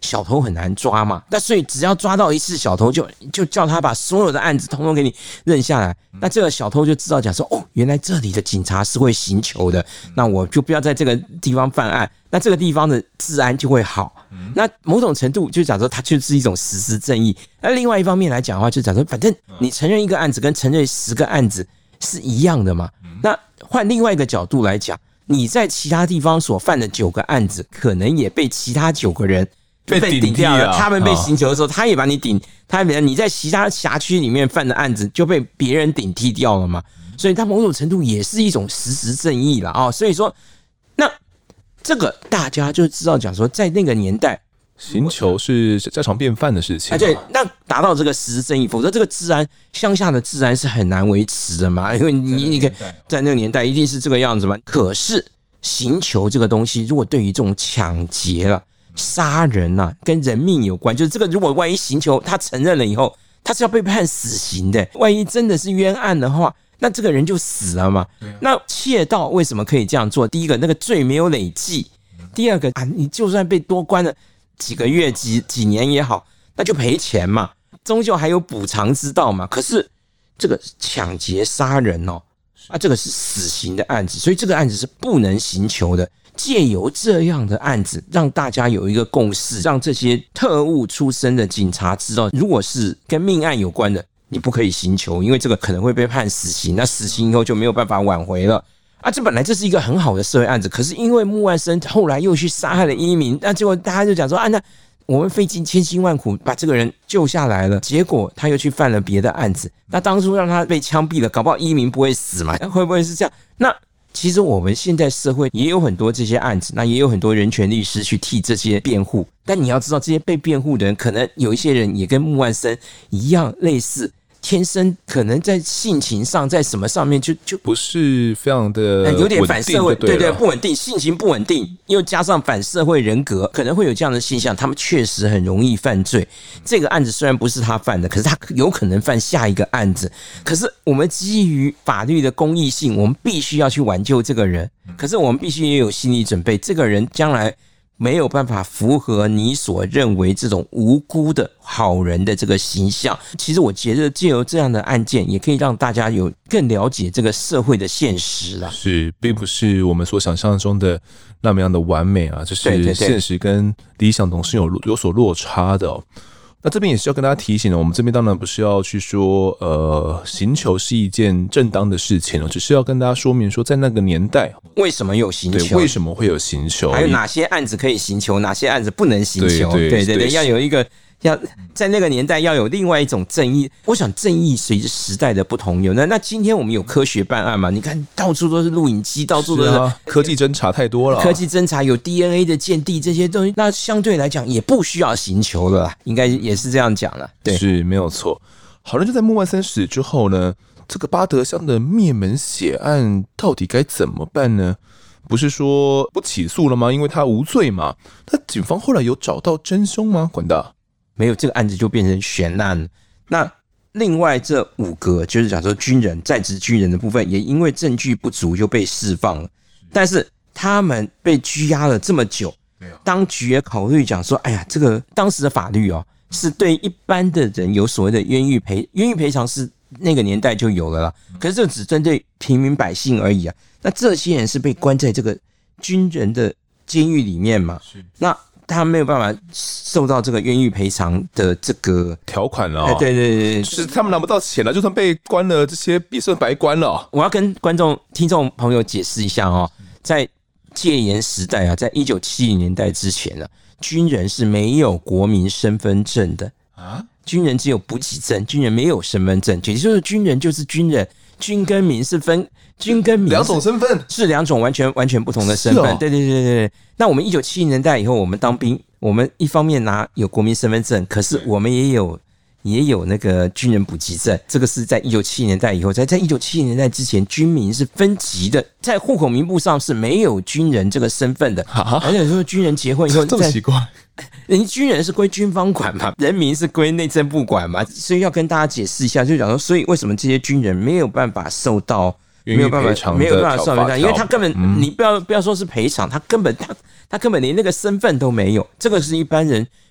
小偷很难抓嘛，那所以只要抓到一次小偷就叫他把所有的案子统统给你认下来，那这个小偷就知道讲说，哦，原来这里的警察是会刑求的，那我就不要在这个地方犯案，那这个地方的治安就会好。那某种程度就讲说它就是一种实施正义。那另外一方面来讲的话，就讲说反正你承认一个案子跟承认10个案子是一样的嘛。那换另外一个角度来讲，你在其他地方所犯的9个案子，可能也被其他9个人被顶掉了。他们被刑求的时候，他也把你顶，你在其他辖区里面犯的案子就被别人顶替掉了嘛。所以它某种程度也是一种实施正义了啊。所以说，那这个大家就知道讲说，在那个年代， 刑求是家常便饭的事情。 对，那达到这个实施正义，否则这个治安，乡下的治安是很难维持的嘛。因为你在那个年代一定是这个样子嘛。可是刑求这个东西，如果对于这种抢劫了、杀人啊，跟人命有关，就是这个如果万一刑求他承认了以后，他是要被判死刑的。万一真的是冤案的话，那这个人就死了嘛。那窃盗为什么可以这样做？第一个，那个罪没有累计；第二个你就算被多关了几个月、几年也好，那就赔钱嘛，终究还有补偿之道嘛。可是这个抢劫杀人这个是死刑的案子，所以这个案子是不能刑求的。借由这样的案子，让大家有一个共识，让这些特务出身的警察知道，如果是跟命案有关的，你不可以刑求，因为这个可能会被判死刑，那死刑以后就没有办法挽回了。这本来这是一个很好的社会案子，可是因为穆万生后来又去杀害了一民，那结果大家就讲说，那我们费尽千辛万苦把这个人救下来了，结果他又去犯了别的案子，那当初让他被枪毙了，搞不好一民不会死嘛？会不会是这样？那其实我们现在社会也有很多这些案子，那也有很多人权律师去替这些辩护，但你要知道，这些被辩护的人，可能有一些人也跟穆万生一样类似。天生可能在性情上，在什么上面就不是非常的有点反社会， 对， 不稳定，性情不稳定，又加上反社会人格，可能会有这样的现象。他们确实很容易犯罪。这个案子虽然不是他犯的，可是他有可能犯下一个案子。可是我们基于法律的公义性，我们必须要去挽救这个人。可是我们必须也有心理准备，这个人将来没有办法符合你所认为这种无辜的好人的这个形象。其实我觉得借由这样的案件，也可以让大家有更了解这个社会的现实啦。 是，并不是我们所想象中的那么样的完美啊，就是现实跟理想总是有所落差的哦。那这边也是要跟大家提醒的，我们这边当然不是要去说刑求是一件正当的事情，只是要跟大家说明说，在那个年代为什么有刑求， 对，为什么会有刑求， 还有哪些案子可以刑求，哪些案子不能刑求。对，要有一个。要在那个年代要有另外一种正义，我想正义随着时代的不同有那今天我们有科学办案嘛？你看到处都是录影机，到处都是科技侦查太多了， 科技侦查有 DNA 的鉴定这些东西，那相对来讲也不需要刑求了啦，应该也是这样讲了。对， 是没有错。好了，就在穆万生死之后呢，这个八德乡的灭门血案到底该怎么办呢？不是说不起诉了吗？因为他无罪嘛。那警方后来有找到真凶吗？管大？ 没有，这个案子就变成悬案了。那另外这5个就是讲说军人在职军人的部分，也因为证据不足就被释放了。但是他们被拘押了这么久，当局也考虑讲说，哎呀，这个当时的法律是对一般的人有所谓的冤狱赔偿是那个年代就有了啦。可是这只针对平民百姓而已啊。那这些人是被关在这个军人的监狱里面嘛？那他没有办法受到这个冤狱赔偿的这个条款了。 对， 就是他们拿不到钱了，就算被关了，这些也算白关了。 我要跟听众朋友解释一下在戒严时代啊，在1970年代之前呢，军人是没有国民身份证的啊，军人只有补给证，军人没有身份证，也就是军人就是军人，军跟民是分。军跟民两种身份， 是两种完全不同的身份。对。那我们1970年代以后，我们当兵，我们一方面有国民身份证，可是我们也有那个军人补给证。这个是在1970年代以后，在1970年代之前，军民是分级的，在户口名簿上是没有军人这个身份的。而且说军人结婚以后， 这么奇怪， 人军人是归军方管嘛，人民是归内政部管嘛，所以要跟大家解释一下，就讲说，所以为什么这些军人没有办法受到。没有办法算赔偿，因为他根本你不要说是赔偿，他根本连那个身份都没有，这个是一般人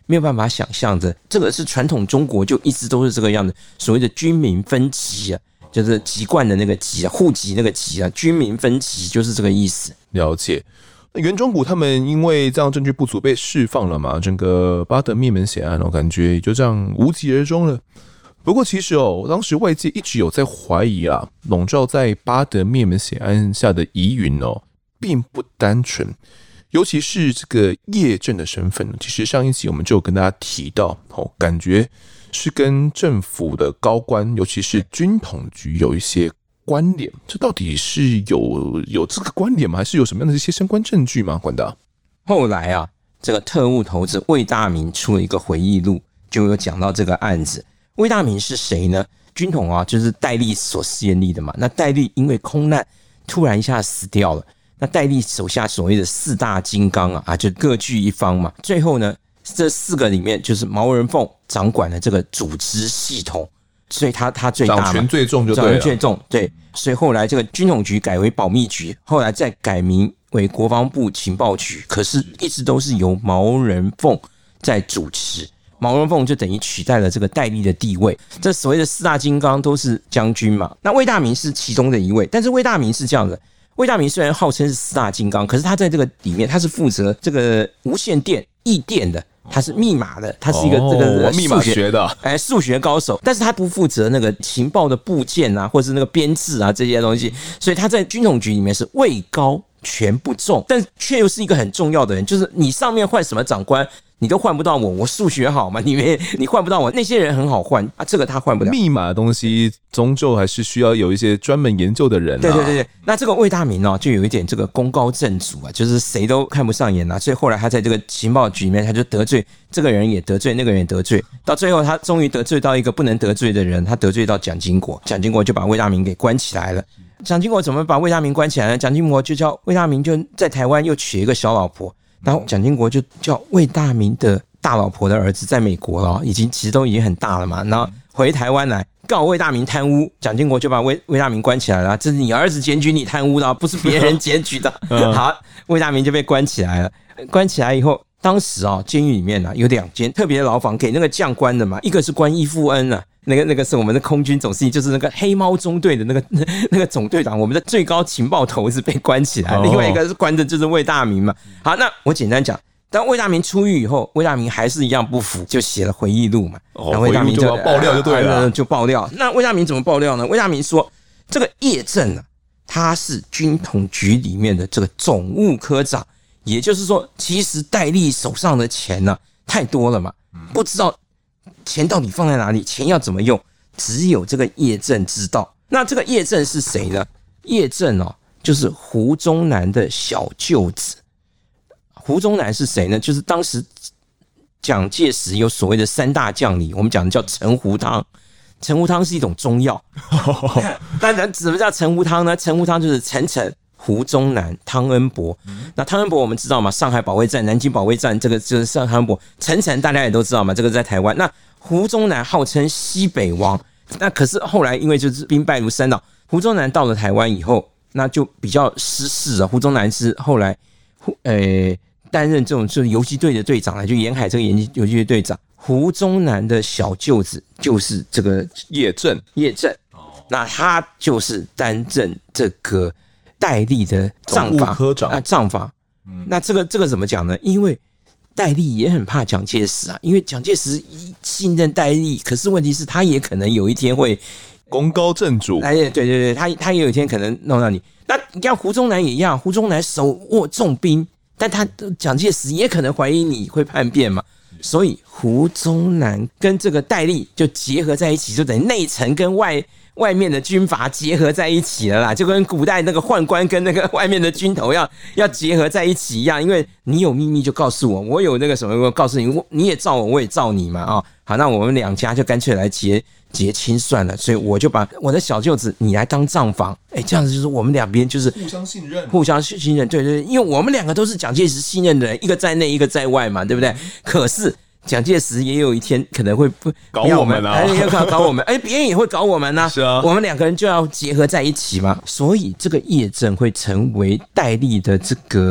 没有办法想象的。这个是传统中国就一直都是这个样子，所谓的军民分级啊，就是籍贯的那个籍啊，户籍那个籍啊，军民分级就是这个意思。 了解。原中谷他们因为这样证据不足被释放了嘛，整个巴德灭门血案感觉也就这样无疾而终了。不过其实当时外界一直有在怀疑啦，笼罩在巴德灭门血案下的疑云并不单纯，尤其是这个叶正的身份，其实上一集我们就有跟大家提到感觉是跟政府的高官，尤其是军统局有一些关联，这到底是有这个关联吗？还是有什么样的一些相关证据吗？管达后来啊，这个特务头子魏大明出了一个回忆录，就有讲到这个案子。魏大明是谁呢？军统啊，就是戴笠所建立的嘛。那戴笠因为空难突然一下死掉了，那戴笠手下所谓的4大金刚啊，就各据一方嘛。最后呢，这4个里面就是毛人凤掌管了这个组织系统。所以他最大嘛， 掌权最重就对了， 掌权最重，对。所以后来这个军统局改为保密局，后来再改名为国防部情报局，可是一直都是由毛人凤在主持。毛人凤就等于取代了这个戴笠的地位。这所谓的4大金刚都是将军嘛，那魏大明是其中的一位，但是魏大明是这样的。魏大明虽然号称是4大金刚，可是他在这个里面他是负责这个无线电、易电的。他是密码的，他是一个这个密码学的， 数学高手，但是他不负责那个情报的部件啊，或是那个编制啊这些东西，所以他在军统局里面是位高权不重，但却又是一个很重要的人，就是你上面换什么长官，你都换不到我数学好嘛，你换不到我，那些人很好换啊，这个他换不了。 密码的东西终究还是需要有一些专门研究的人啊。 对，那这个魏大明就有一点这个功高震主啊，就是谁都看不上眼啊，所以后来他在这个情报局里面，他就得罪这个人也得罪，那个人也得罪，到最后他终于得罪到一个不能得罪的人，他得罪到蒋经国，蒋经国就把魏大明给关起来了。蒋经国怎么把魏大明关起来呢？蒋经国就叫魏大明就在台湾又娶一个小老婆，然后蒋经国就叫魏大明的大老婆的儿子在美国了，其实都已经很大了嘛，然后回台湾来告魏大明贪污，蒋经国就把魏大明关起来了，这是你儿子检举你贪污的，不是别人检举的。好，魏大明就被关起来了。关起来以后，当时监狱里面有2间特别牢房给那个将官的嘛，一个是关义富恩啊，那个是我们的空军总司令，就是那个黑猫中队的那个总队长，我们的最高情报头子被关起来，另外一个是关的就是魏大明嘛。好，那我简单讲。当魏大明出狱以后，魏大明还是一样不服，就写了回忆录嘛。那魏大明就要爆料就对了， 就爆料。那魏大明怎么爆料呢？魏大明说，这个叶正啊，他是军统局里面的这个总务科长，也就是说，其实戴笠手上的钱太多了嘛，不知道钱到底放在哪里，钱要怎么用，只有这个叶正知道。那这个叶正是谁呢？叶正就是胡宗南的小舅子。胡宗南是谁呢？就是当时蒋介石有所谓的3大将领，我们讲的叫陈胡汤。陈胡汤是一种中药。那怎么叫陈胡汤呢？陈胡汤就是陈诚、胡宗南、汤恩伯。那汤恩伯我们知道嘛，上海保卫战、南京保卫战，这个就是上海汤恩伯。陈诚大家也都知道嘛，这个在台湾。那胡宗南号称西北王，那可是后来因为就是兵败如山倒，胡宗南到了台湾以后，那就比较失势了。胡宗南是后来担任这种就是游击队的队长，就沿海这个游击队队长。胡宗南的小舅子就是这个叶正， 那他就是担任这个戴笠的账房科长账房。那这个怎么讲呢？因为戴笠也很怕蒋介石啊，因为蒋介石信任戴笠，可是问题是他也可能有一天会功高震主。 对，他也有一天可能弄到你。那你看胡宗南也一样，胡宗南手握重兵。但他蒋介石也可能怀疑你会叛变嘛，所以胡宗南跟这个戴笠就结合在一起，就等于内层跟外面的军阀结合在一起了啦，就跟古代那个宦官跟那个外面的军头要结合在一起一样，因为你有秘密就告诉我，我有那个什么我告诉你，你也罩我，我也罩你嘛好，那我们2家就干脆来结亲算了，所以我就把我的小舅子你来当账房，这样子就是我们两边就是互相信任，对，因为我们2个都是蒋介石信任的人，一个在内，一个在外嘛，对不对？可是蒋介石也有一天可能会搞我们啊， 搞我们，别人也会搞我们啊， 是啊， 我们2个人就要结合在一起嘛，所以这个叶正会成为戴笠的这个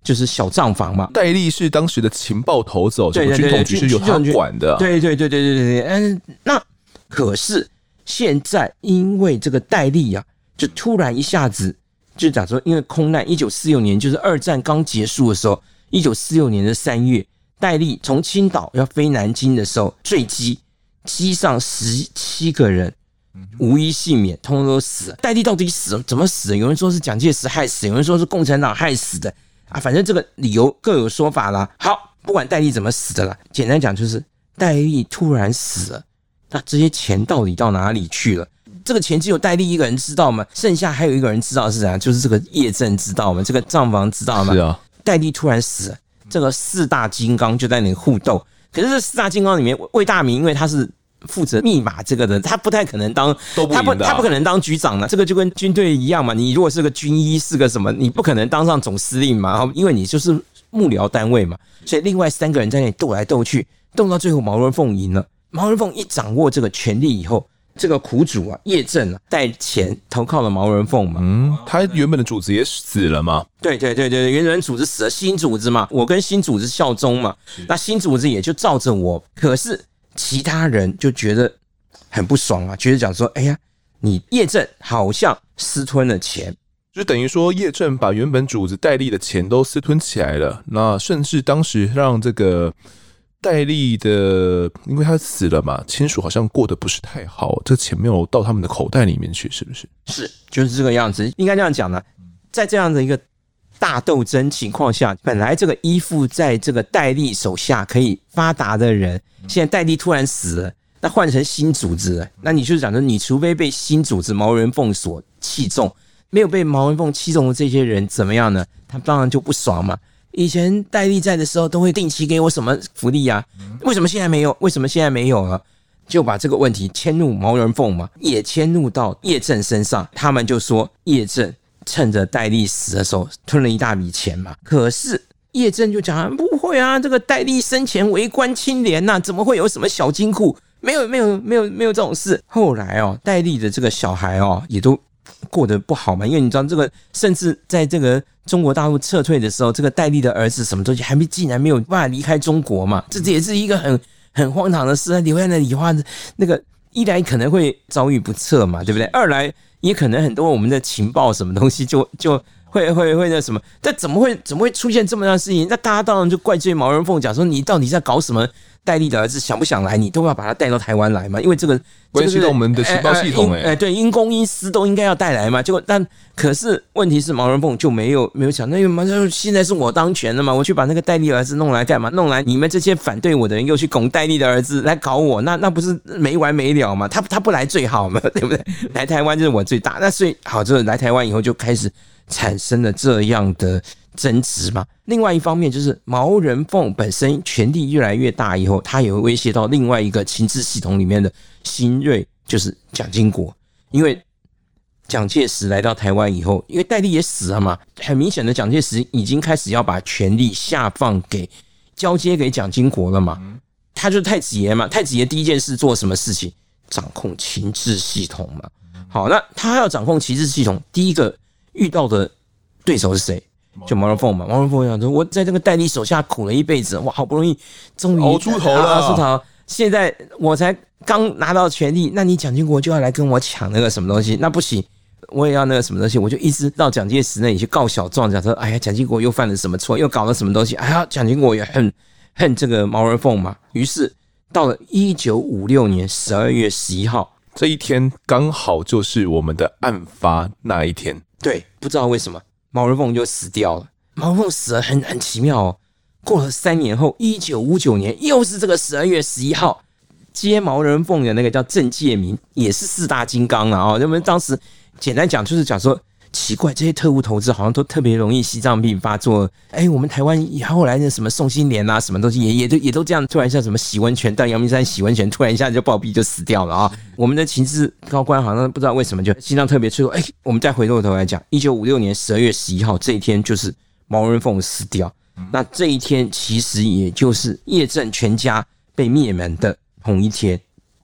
就是小账房嘛。 戴笠是当时的情报头子，整个军统局是由他管的。 对。那可是现在因为这个戴笠啊，就突然一下子就讲说，因为空难，1946年就是二战刚结束的时候，1946年的3月，戴笠从青岛要飞南京的时候坠机，机上17个人无一幸免，通通都死了。戴笠到底怎么死的？有人说是蒋介石害死，有人说是共产党害死的啊，反正这个理由各有说法啦。好，不管戴笠怎么死的啦，简单讲就是戴笠突然死了，那这些钱到底到哪里去了？这个钱只有戴笠一个人知道吗？剩下还有一个人知道是怎样？就是这个叶正知道吗？这个账房知道吗？ 是啊，戴笠突然死了，这个4大金刚就在那里互斗。可是这4大金刚里面，魏大明因为他是负责密码这个的，他不太可能当他不可能当局长的。这个就跟军队一样嘛，你如果是个军医，是个什么，你不可能当上总司令嘛，因为你就是幕僚单位嘛。所以另外3个人在那里斗来斗去，斗到最后毛人凤赢了。毛人凤一掌握这个权力以后，这个苦主啊，叶正啊，带钱投靠了毛人凤嘛。 他原本的主子也死了嘛。 对，原本主子死了，新主子嘛，我跟新主子效忠嘛，那新主子也就照着我。可是其他人就觉得很不爽啊，觉得讲说，哎呀，你叶正好像私吞了钱， 就等于说叶正把原本主子戴笠的钱都私吞起来了。那甚至当时让这个戴笠的，因为他死了嘛，亲属好像过得不是太好，这钱没有到他们的口袋里面去，是不是？ 是，就是这个样子。应该这样讲呢，在这样的一个大斗争情况下，本来这个依附在这个戴笠手下可以发达的人，现在戴笠突然死了，那换成新主子了，那你就是讲说，你除非被新主子毛人凤所器重，没有被毛人凤器重的这些人怎么样呢？他当然就不爽嘛。以前戴笠在的时候都会定期给我什么福利啊，为什么现在没有？为什么现在没有了？就把这个问题迁怒毛人凤嘛，也迁怒到叶正身上。他们就说叶正趁着戴笠死的时候吞了一大笔钱嘛。可是叶正就讲，不会啊，这个戴笠生前为官清廉啊，怎么会有什么小金库？没有这种事。后来哦，戴笠的这个小孩哦，也都过得不好嘛，因为你知道这个，甚至在这个中国大陆撤退的时候，这个戴笠的儿子什么东西竟然没有办法离开中国嘛，这也是一个很荒唐的事。留在那里的话，那个一来可能会遭遇不测嘛，对不对？二来也可能很多我们的情报什么东西就会那什么，但怎么会出现这么样的事情？那大家当然就怪罪毛人凤，讲说你到底在搞什么？戴笠的儿子想不想来，你都要把他带到台湾来嘛，因为这个关系到我们的情报系统对，因公因私都应该要带来嘛。结果可是问题是毛人凤就没有想，那现在是我当权了嘛，我去把那个戴笠的儿子弄来干嘛？弄来你们这些反对我的人又去拱戴笠的儿子来搞我，那不是没完没了嘛？他不来最好嘛，对不对？来台湾就是我最大，那所以好，这来台湾以后就开始产生了这样的争执嘛。另外一方面就是毛人凤本身权力越来越大以后，他也会威胁到另外一个情治系统里面的新锐，就是蒋经国。因为蒋介石来到台湾以后，因为戴笠也死了嘛，很明显的蒋介石已经开始要把权力交接给蒋经国了嘛。他就是太子爷嘛，太子爷第一件事做什么事情？掌控情治系统嘛。好，那他要掌控情治系统，第一个遇到的对手是谁？就毛人凤嘛。毛人凤讲说，我在这个戴笠手下苦了一辈子，哇，好不容易终于熬出头了， 熬出头，现在我才刚拿到权力，那你蒋经国就要来跟我抢那个什么东西，那不行，我也要那个什么东西，我就一直到蒋介石那里去告小状，讲说，哎呀，蒋经国又犯了什么错，又搞了什么东西，哎呀，蒋经国也恨这个毛人凤嘛。于是到了1956年12月11号， 这一天刚好就是我们的案发那一天。 对，不知道为什么毛人凤就死掉了。毛人凤死了很奇妙哦。过了3年后，1959年又是这个12月11号，接毛人凤的那个叫郑介民，也是4大金刚啊。哦，那么当时简单讲就是讲说，奇怪，这些特务头子好像都特别容易心脏病发作。哎，我们台湾后来那什么宋新莲啊，什么东西也都这样，突然一下什么洗温泉，到阳明山洗温泉，突然一下就暴毙就死掉了啊。我们的情治高官好像不知道为什么就心脏特别脆弱。哎，我们再回过头来讲，1956年12月11号这一天就是毛人凤死掉。那这一天其实也就是叶正全家被灭门的同一天。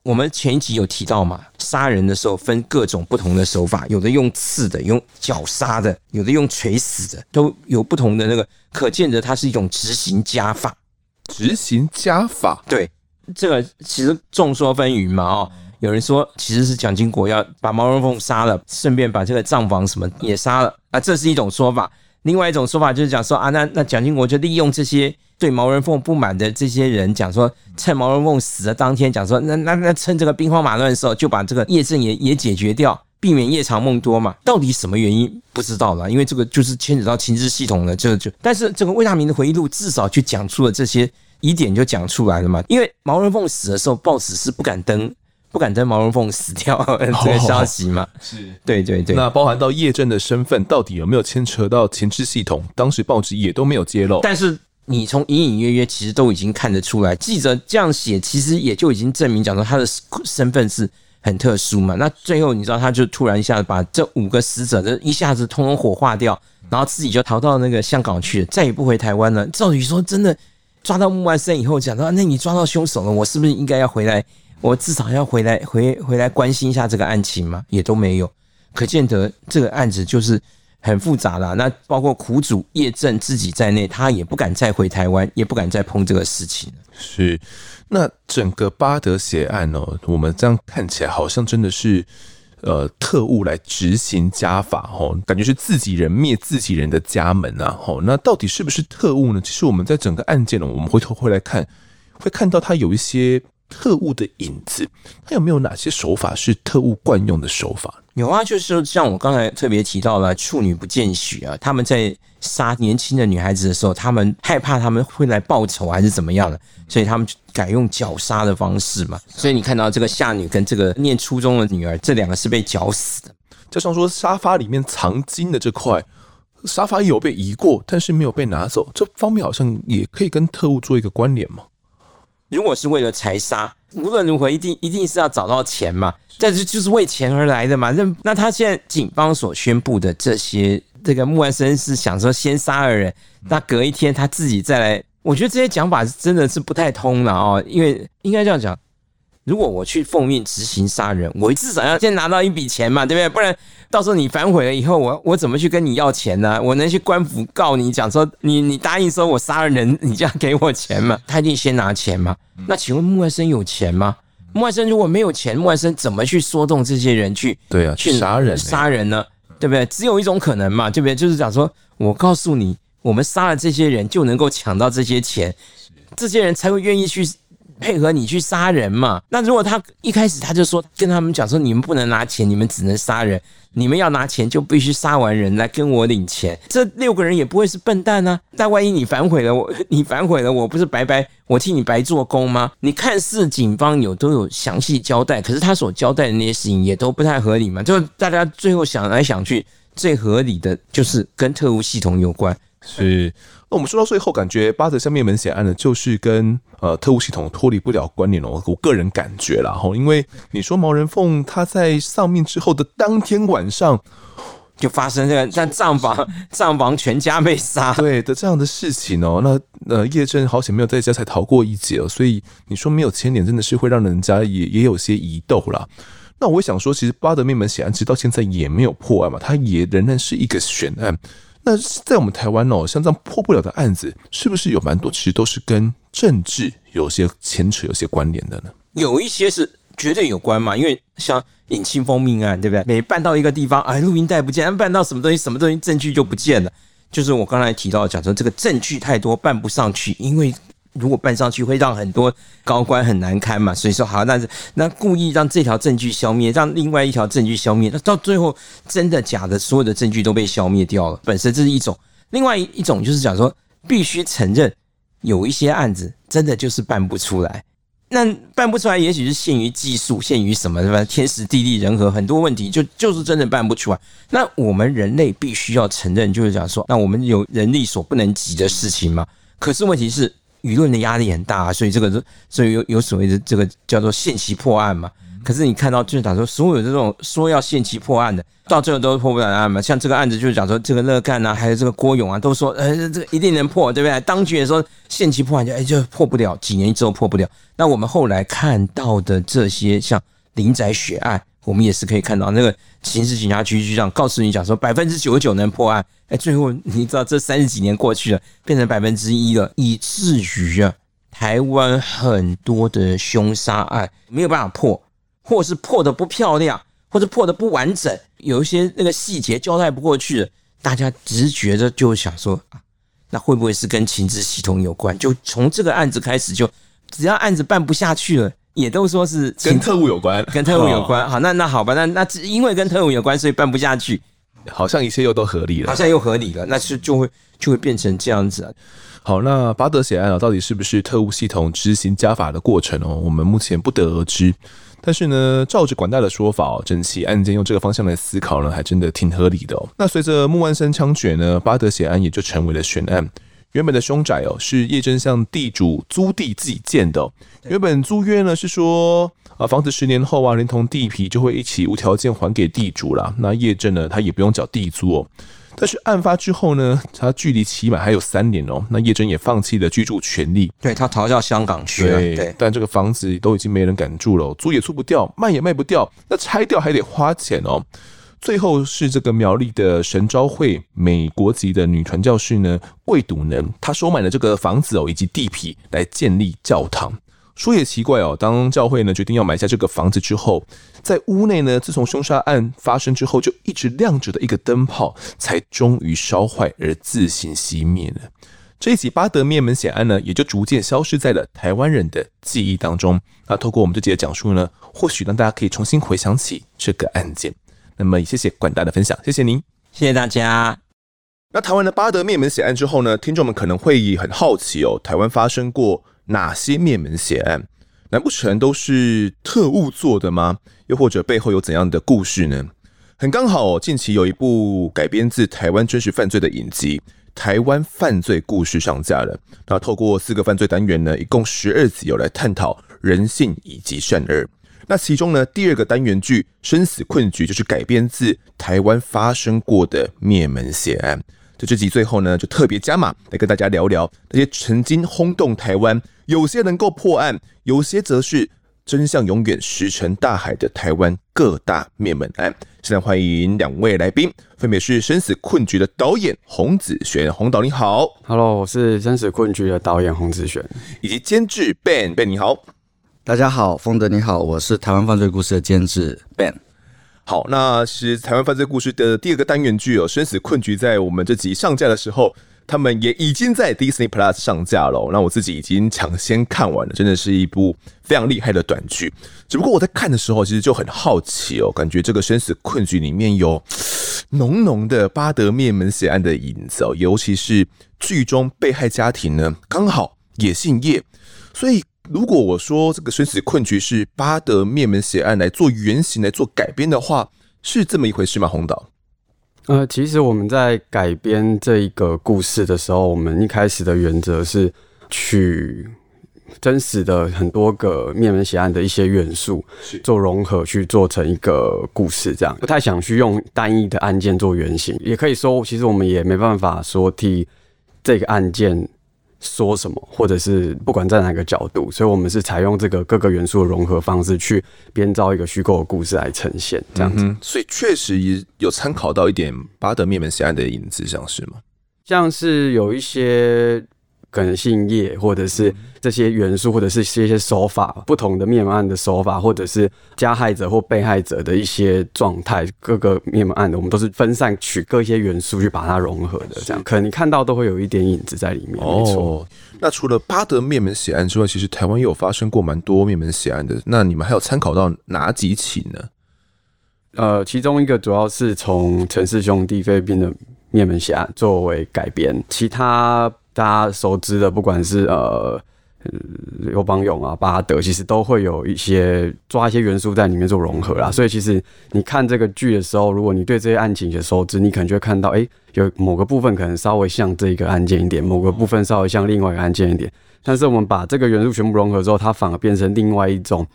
我们前一集有提到嘛，杀人的时候分各种不同的手法，有的用刺的，用绞杀的，有的用垂死的，都有不同的那个，可见的它是一种执行家法。 执行家法， 对，这个其实众说纷纭嘛有人说其实是蒋经国要把毛人凤杀了，顺便把这个账房什么也杀了啊，这是一种说法。另外一种说法就是讲说啊，那蒋经国就利用这些对毛人凤不满的这些人，讲说趁毛人凤死的当天，讲说那趁这个兵荒马乱的时候，就把这个叶正也解决掉，避免夜长梦多嘛。到底什么原因不知道啦，因为这个就是牵扯到情治系统了，但是这个魏大明的回忆录至少就讲出了这些疑点，就讲出来了嘛。因为毛人凤死的时候，报纸是不敢登毛人凤死掉这个消息嘛。 是， 对对对。 那包含到叶正的身份，到底有没有牵扯到情治系统？当时报纸也都没有揭露。 但是你从隐隐约约其实都已经看得出来，记者这样写，其实也就已经证明讲说他的身份是很特殊嘛。那最后你知道，他就突然一下子把这5个死者的一下子通通火化掉，然后自己就逃到那个香港去了，再也不回台湾了。照理说，真的抓到穆万生以后，讲到那你抓到凶手了，我是不是应该要回来？我至少要回来关心一下这个案情嘛，也都没有，可见得这个案子就是很复杂啦。那包括苦主叶正自己在内，他也不敢再回台湾，也不敢再碰这个事情。 是，那整个巴德血案我们这样看起来好像真的是特务来执行家法感觉是自己人灭自己人的家门啊那到底是不是特务呢？其实我们在整个案件我们回头会来看，会看到他有一些特务的影子，他有没有哪些手法是特务惯用的手法？ 有啊，就是像我刚才特别提到了处女不见血啊，他们在杀年轻的女孩子的时候，他们害怕他们会来报仇还是怎么样的，所以他们改用绞杀的方式嘛。所以你看到这个夏女跟这个念初中的女儿，这2个是被绞死的。 加上说沙发里面藏金的这块，沙发也有被移过，但是没有被拿走，这方面好像也可以跟特务做一个关联嘛。 如果是为了财杀，无论如何一定是要找到钱嘛，但是就是为钱而来的嘛。那他现在警方所宣布的这个穆万生是想说先杀了人，那隔一天他自己再来，我觉得这些讲法真的是不太通了因为应该这样讲，如果我去奉命执行杀人，我至少要先拿到一笔钱嘛，对不对？不然到时候你反悔了以后，我怎么去跟你要钱呢？我能去官府告你，讲说你答应说我杀了人，你就要给我钱嘛？他一定先拿钱嘛。那请问穆万生有钱吗？穆万生如果没有钱，穆万生怎么去说动这些人去去杀人呢？对不对？只有一种可能嘛，对不对？就是讲说我告诉你，我们杀了这些人就能够抢到这些钱，这些人才会愿意去配合你去杀人嘛。那如果他一开始他就说跟他们讲说，你们不能拿钱，你们只能杀人，你们要拿钱就必须杀完人来跟我领钱，这6个人也不会是笨蛋啊。但万一你反悔了，我不是白我替你白做工吗？你看似警方都有详细交代，可是他所交代的那些事情也都不太合理嘛。就大家最后想来想去，最合理的就是跟特务系统有关。 是，那我们说到最后，感觉巴德乡灭门血案呢，就是跟特务系统脱离不了关联我个人感觉啦因为你说毛人凤他在丧命之后的当天晚上就发生这个在账房全家被杀， 对的这样的事情那叶正好险没有在家才逃过一劫所以你说没有牵连，真的是会让人家也有些疑窦啦。那我想说，其实巴德灭门血案直到现在也没有破案嘛，它也仍然是一个悬案。那在我们台湾像这样破不了的案子，是不是有蛮多其实都是跟政治有些牵扯、有些关联的呢？ 有一些是绝对有关嘛，因为像尹清风命案，对不对？每办到一个地方，录音带不见，办到什么东西证据就不见了。就是我刚才提到讲说，这个证据太多，办不上去，因为如果办上去会让很多高官很难堪嘛，所以说好，那故意让这条证据消灭，让另外一条证据消灭，那到最后真的假的所有的证据都被消灭掉了。本身这是一种，另外一种就是讲说，必须承认有一些案子真的就是办不出来。那办不出来，也许是限于技术，限于什么天时地利人和，很多问题就是真的办不出来。那我们人类必须要承认，就是讲说，那我们有人力所不能及的事情嘛。可是问题是，舆论的压力很大所以有所谓的这个叫做限期破案嘛。 可是你看到就是讲说，所有这种说要限期破案的，到最后都破不了案嘛。像这个案子就是讲说，这个乐干啊，还有这个郭勇啊，都说这个一定能破，对不对？当局也说限期破案就破不了，几年之后破不了。那我们后来看到的这些像林宅血案，我们也是可以看到那个刑事警察局局长告诉你讲说99%能破案，最后你知道这30几年过去了，变成1%了，以至于台湾很多的凶杀案没有办法破，或是破的不漂亮，或者破的不完整，有一些那个细节交代不过去了，大家直觉的就想说那会不会是跟情治系统有关？就从这个案子开始，就只要案子办不下去了，也都说是跟特务有关， 跟特务有关。好，那好吧，那因为跟特务有关，所以办不下去， 好像一切又都合理了， 好像又合理了，那就会变成这样子。 好，那巴德血案到底是不是特务系统执行家法的过程我们目前不得而知。但是呢，照着管大的说法整起案件用这个方向来思考呢，还真的挺合理的那随着穆万山枪决呢，巴德血案也就成为了悬案。原本的凶宅是叶真向地主租地自己建的原本租约呢是说房子10年后连同地皮就会一起无条件还给地主啦。那叶真呢，他也不用缴地租但是案发之后呢，他距离期满还有3年那叶真也放弃了居住权利， 对，他逃到香港去了。 对，但这个房子都已经没人敢住了，租也租不掉，卖也卖不掉，那拆掉还得花钱最后是这个苗栗的神召会美国籍的女传教士呢桂笃能，她收买了这个房子以及地皮来建立教堂。说也奇怪当教会呢决定要买下这个房子之后，在屋内呢，自从凶杀案发生之后就一直亮着的一个灯泡，才终于烧坏而自行熄灭了。这一起巴德灭门血案呢，也就逐渐消失在了台湾人的记忆当中。那透过我们这集的讲述呢，或许让大家可以重新回想起这个案件。那么也谢谢管大的分享，谢谢您， 谢谢大家。 那台湾的巴德灭门血案之后呢，听众们可能会很好奇台湾发生过哪些灭门血案？难不成都是特务做的吗？又或者背后有怎样的故事呢？很刚好近期有一部改编自台湾真实犯罪的影集《台湾犯罪故事》上架了。那透过4个犯罪单元呢，一共12集来探讨人性以及善恶。那其中呢，第2个单元剧《生死困局》就是改编自台湾发生过的灭门血案。在这集最后呢，就特别加码来跟大家聊聊那些曾经轰动台湾，有些能够破案，有些则是真相永远石沉大海的台湾各大灭门案。现在欢迎2位来宾，分别是《生死困局》的导演洪子璇，洪导你好。 Hello， 我是《生死困局》的导演洪子璇， 以及监制 Ben 你好。 大家好，丰德你好，我是台湾犯罪故事的监制 Ben。 好，那是台湾犯罪故事的第2个单元剧《生死困局》在我们这集上架的时候，他们也已经在 Disney Plus 上架了那我自己已经抢先看完了，真的是一部非常厉害的短剧。只不过我在看的时候，其实就很好奇感觉这个《生死困局》里面有浓浓的巴德灭门血案的影子尤其是剧中被害家庭呢，刚好也姓叶，所以如果我说这个生死困局是巴德灭门血案来做原型来做改编的话，是这么一回事吗？洪导？ 其实我们在改编这一个故事的时候，我们一开始的原则是取真实的很多个灭门血案的一些元素做融合，去做成一个故事，这样不太想去用单一的案件做原型。也可以说，其实我们也没办法说替这个案件说什么，或者是不管在哪个角度，所以我们是采用这个各个元素的融合方式去编造一个虚构的故事来呈现，这样子。 所以确实也有参考到一点巴德灭门血案的影子，像是吗？ 像是有一些可能姓叶，或者是这些元素，或者是一些手法，不同的灭门案的手法，或者是加害者或被害者的一些状态，各个灭门案的我们都是分散取各一些元素去把它融合的，这样可能你看到都会有一点影子在里面。没错。 那除了巴德灭门血案之外，其实台湾也有发生过蛮多灭门血案的，那你们还有参考到哪几起呢？ 其中一个主要是从陈氏兄弟菲律宾的灭门血案作为改编，其他大家熟知的，不管是刘邦勇啊、巴德，其实都会有一些抓一些元素在里面做融合啦。所以其实你看这个剧的时候，如果你对这些案情的熟知，你可能就会看到，有某个部分可能稍微像这个案件一点，某个部分稍微像另外一个案件一点。但是我们把这个元素全部融合之后，它反而变成另外一种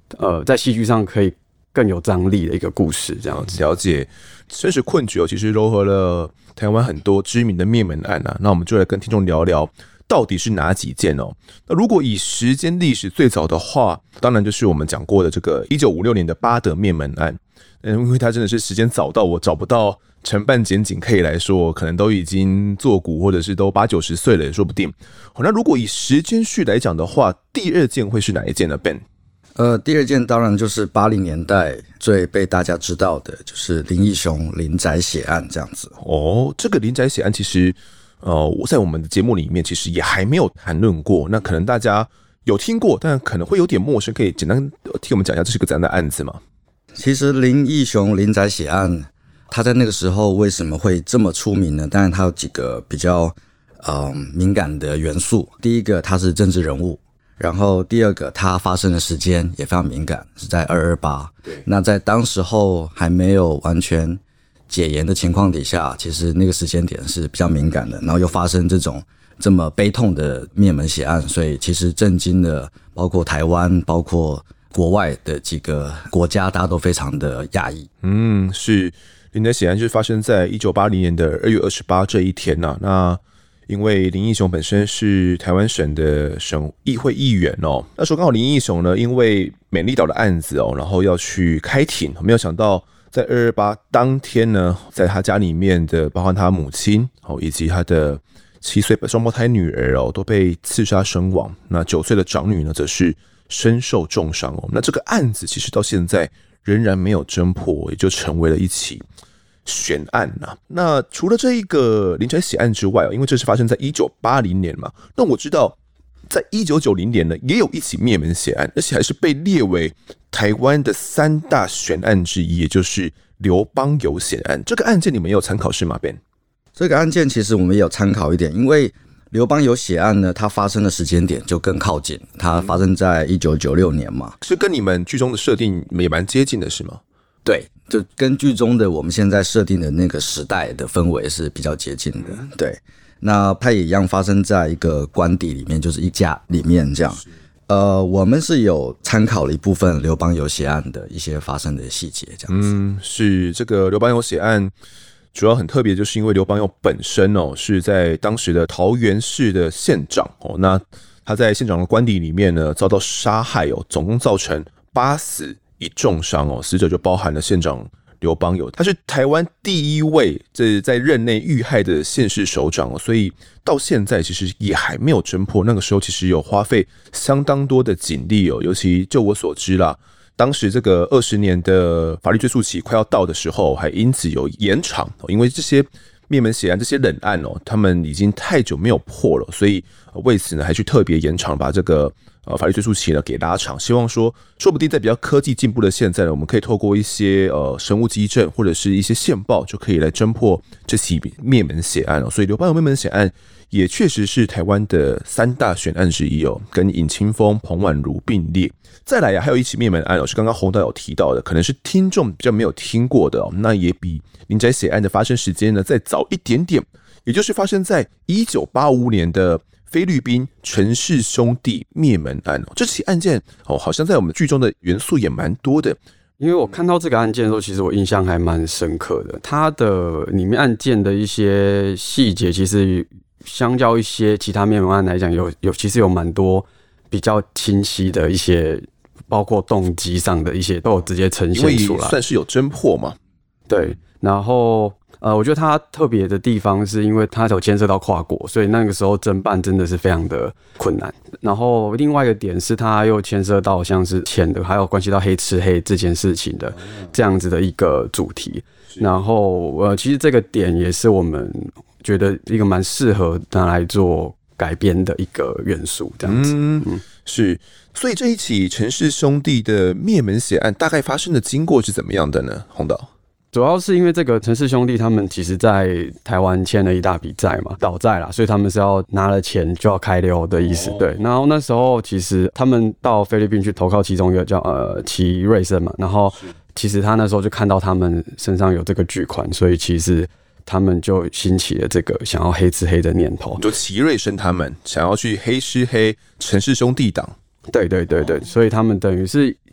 在戏剧上可以更有张力的一个故事，这样子。 了解，生死困局其实糅合了台湾很多知名的灭门案啊。那我们就来跟听众聊聊，到底是哪几件哦？那如果以时间历史最早的话，当然就是我们讲过的这个1956年的巴德灭门案。因为它真的是时间早到我找不到承办检警可以来说，可能都已经作古或者是都80、90岁了也说不定。那如果以时间序来讲的话，第二件会是哪一件呢 ？Ben？ 第二件当然就是80年代最被大家知道的，就是林义雄林宅血案这样子。 哦，这个林宅血案其实，我在我们的节目里面其实也还没有谈论过。那可能大家有听过，但可能会有点陌生，可以简单替我们讲一下这是个怎样的案子吗？ 其实林义雄林宅血案，他在那个时候为什么会这么出名呢？当然，他有几个比较敏感的元素。第一个，他是政治人物。然后第二个，它发生的时间也非常敏感，是在228。那在当时候还没有完全解严的情况底下，其实那个时间点是比较敏感的。然后又发生这么悲痛的灭门血案，所以其实震惊了包括台湾，包括国外的几个国家，大家都非常的讶异。 是林宅血案就是发生在1980年的2月28这一天啊。那因为林义雄本身是台湾省的省议会议员哦，那时候刚好林义雄呢，因为美丽岛的案子哦，然后要去开庭，没有想到在228当天呢，在他家里面的包括他母亲哦，以及他的7岁双胞胎女儿哦，都被刺杀身亡。那9岁的长女呢，则是身受重伤哦。那这个案子其实到现在仍然没有侦破，也就成为了一起悬案呐。那除了这一个林宅血案之外，因为这是发生在1980年嘛，那我知道在1990年呢，也有一起灭门血案，而且还是被列为台湾的3大悬案之一，也就是刘邦友血案。这个案件你们也有参考是吗 ，Ben？ 这个案件其实我们也有参考一点，因为刘邦友血案呢，它发生的时间点就更靠近，它发生在1996年嘛， 是跟你们剧中的设定也蛮接近的，是吗？ 对，就跟剧中的我们现在设定的那个时代的氛围是比较接近的。对，那它也一样发生在一个官邸里面，就是一家里面这样。我们是有参考了一部分刘邦友血案的一些发生的细节，这样子。 是这个刘邦友血案主要很特别，就是因为刘邦友本身哦是在当时的桃园市的县长哦，那他在县长的官邸里面呢遭到杀害哦，总共造成8死1重伤哦，死者就包含了县长刘邦友，他是台湾第一位在任内遇害的县市首长哦，所以到现在其实也还没有侦破。那个时候其实有花费相当多的警力哦，尤其就我所知啦，当时这个20年的法律追诉期快要到的时候，还因此有延长，因为这些灭门血案这些冷案哦，他们已经太久没有破了，所以为此呢还去特别延长，把这个法律追诉期呢给拉长，希望说说不定在比较科技进步的现在呢，我们可以透过一些生物基证或者是一些线报，就可以来侦破这起灭门血案哦。所以刘邦友灭门血案也确实是台湾的3大悬案之一哦，跟尹清丰、彭婉如并列。再来还有一起灭门案哦，是刚刚洪导有提到的，可能是听众比较没有听过的哦，那也比林宅血案的发生时间呢再早一点点，也就是发生在1985年的菲律宾陈氏兄弟灭门案哦。这起案件哦，好像在我们剧中的元素也蛮多的。 因为我看到这个案件的时候，其实我印象还蛮深刻的。它的里面案件的一些细节，其实相较一些其他灭门案来讲，其实有蛮多比较清晰的一些，包括动机上的一些都有直接呈现出来， 因为算是有侦破嘛。 对，然后我觉得它特别的地方是因为它有牵涉到跨国，所以那个时候侦办真的是非常的困难。然后另外一个点是，它又牵涉到像是钱的，还有关系到黑吃黑这件事情的这样子的一个主题。然后其实这个点也是我们觉得一个蛮适合拿来做改编的一个元素，这样子。 是。所以这一起陈氏兄弟的灭门血案大概发生的经过是怎么样的呢？洪导。 主要是因为这个陈氏兄弟他们其实在台湾欠了一大笔债嘛，倒债啦，所以他们是要拿了钱就要开溜的意思。对，然后那时候其实他们到菲律宾去投靠其中一个叫齐瑞生嘛，然后其实他那时候就看到他们身上有这个巨款，所以其实他们就兴起了这个想要黑吃黑的念头。 就齐瑞生他们想要去黑吃黑陈氏兄弟党。 对，所以他们等于是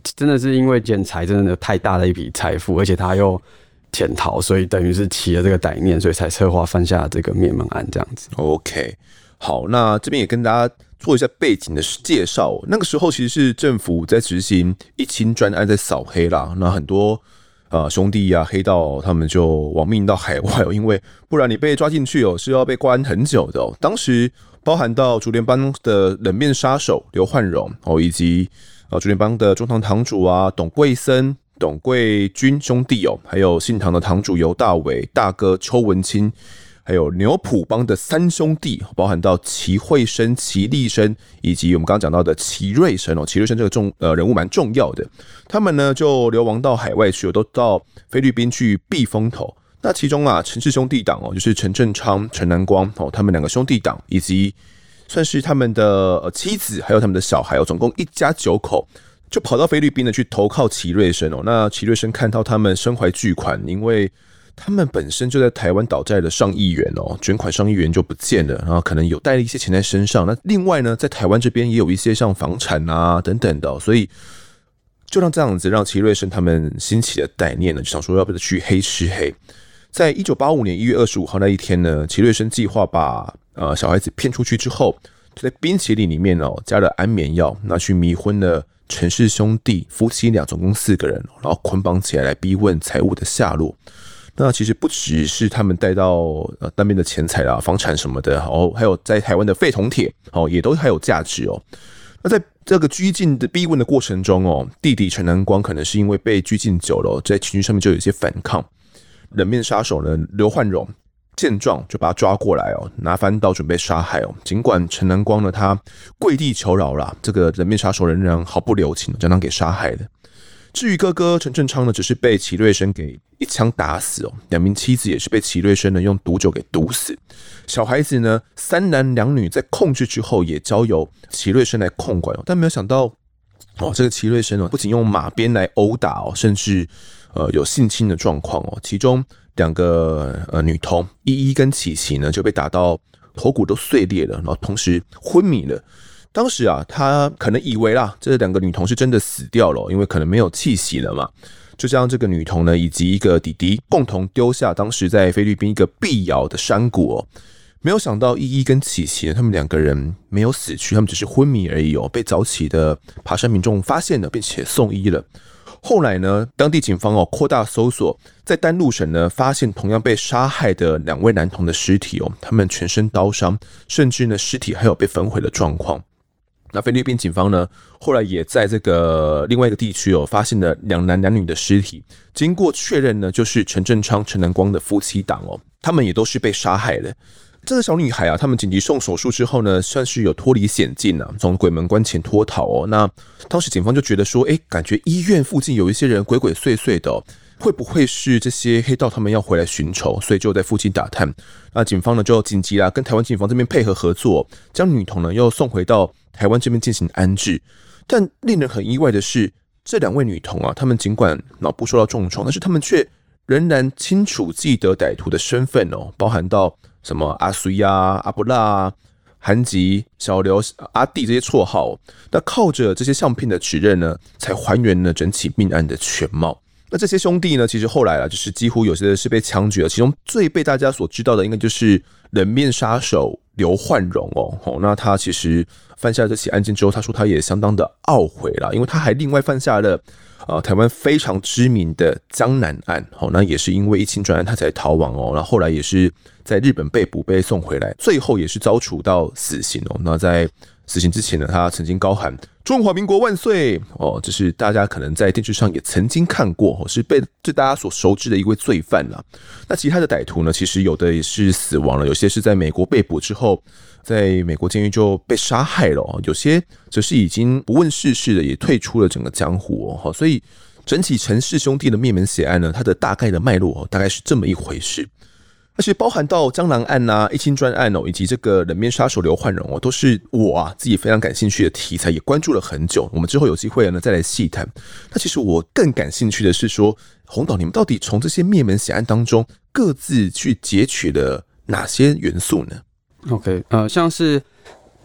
真的是因为剪裁真的太大的一笔财富，而且他又潜逃，所以等于是起了这个歹念，所以才策划犯下这个灭门案这样子。 OK， 好，那这边也跟大家做一下背景的介绍。那个时候其实是政府在执行一清专案，在扫黑啦，那很多兄弟啊黑道他们就亡命到海外因为不然你被抓进去是要被关很久的当时包含到竹联帮的冷面杀手刘焕荣以及竹联帮的中堂堂主啊董桂森、董桂君兄弟还有信堂的堂主尤大伟、大哥邱文清，还有牛埔帮的三兄弟，包含到齐慧生、齐立生，以及我们刚刚讲到的齐瑞生齐瑞生这个人物蛮重要的。他们呢就流亡到海外去，都到菲律宾去避风头。那其中陈氏兄弟党就是陈正昌、陈南光他们两个兄弟党，以及算是他们的妻子，还有他们的小孩总共一家9口。就跑到菲律宾的去投靠齐瑞生那齐瑞生看到他们身怀巨款，因为他们本身就在台湾倒债了上亿元捐款上亿元就不见了，然后可能有带了一些钱在身上。那另外呢，在台湾这边也有一些像房产啊等等的所以就让这样子让齐瑞生他们兴起的歹念呢，就想说要不要去黑吃黑。在1985年1月25号那一天呢，齐瑞生计划把小孩子骗出去之后，就在冰淇淋里面加了安眠药，拿去迷昏了陈氏兄弟夫妻俩总共4个人，然后捆绑起来逼问财物的下落。那其实不只是他们带到那边的钱财啦、房产什么的，还有在台湾的废铜铁也都还有价值那在这个拘禁的逼问的过程中弟弟陈南光可能是因为被拘禁久了在情绪上面就有一些反抗。冷面杀手呢刘焕荣见状就把他抓过来拿翻刀准备杀害尽管陈南光呢他跪地求饶啦，这个冷面杀手仍然毫不留情将他给杀害了。至于哥哥陈正昌呢，只是被齐瑞生给一枪打死2名妻子也是被齐瑞生呢用毒酒给毒死。小孩子呢3男2女在控制之后也交由齐瑞生来控管但没有想到这个齐瑞生不仅用马鞭来殴打甚至有性侵的状况其中2个女童依依跟琪琪呢就被打到头骨都碎裂了，然后同时昏迷了。当时他可能以为啦，这2个女童是真的死掉了因为可能没有气息了嘛，就将这个女童呢以及一个弟弟共同丢下当时在菲律宾一个碧瑶的山谷没有想到依依跟琪琪呢，他们2个人没有死去，他们只是昏迷而已被早起的爬山民众发现了并且送医了。后来呢，当地警方扩大搜索，在丹路省呢发现同样被杀害的2位男童的尸体他们全身刀伤，甚至呢尸体还有被焚毁的状况。那菲律宾警方呢，后来也在这个另外一个地区发现了2男2女的尸体，经过确认呢，就是陈正昌、陈南光的夫妻档他们也都是被杀害了。这个小女孩他们紧急送手术之后呢，算是有脱离险境从鬼门关前脱逃那当时警方就觉得说，感觉医院附近有一些人鬼鬼祟祟的会不会是这些黑道他们要回来寻仇，所以就在附近打探。那警方呢就紧急跟台湾警方这边配合合作，将女童呢又送回到台湾这边进行安置。但令人很意外的是，这2位女童她们尽管脑部受到重创，但是她们却仍然清楚记得歹徒的身份包含到什么阿水阿布拉韩吉、小刘、阿弟这些绰号那靠着这些相片的指认呢，才还原了整起命案的全貌。那这些兄弟呢，其实后来就是几乎有些是被枪决了，其中最被大家所知道的应该就是冷面杀手刘焕荣那他其实犯下这起案件之后，他说他也相当的懊悔啦，因为他还另外犯下了台湾非常知名的江南案那也是因为一清专案他才逃亡那后来也是在日本被捕被送回来，最后也是遭处到死刑那在死刑之前呢，他曾经高喊中华民国万岁这是大家可能在电视上也曾经看过是被对大家所熟知的一位罪犯啦。那其他的歹徒呢，其实有的也是死亡了，有些是在美国被捕之后在美国监狱就被杀害了有些则是已经不问世事的，也退出了整个江湖所以整起陈氏兄弟的灭门血案呢，它的大概的脉络大概是这么一回事。而且包含到江南案一清专案以及这个冷面杀手刘焕荣都是我自己非常感兴趣的题材，也关注了很久。我们之后有机会呢再来细谈。那其实我更感兴趣的是说，洪导你们到底从这些灭门血案当中各自去截取了哪些元素呢？ OK， 像是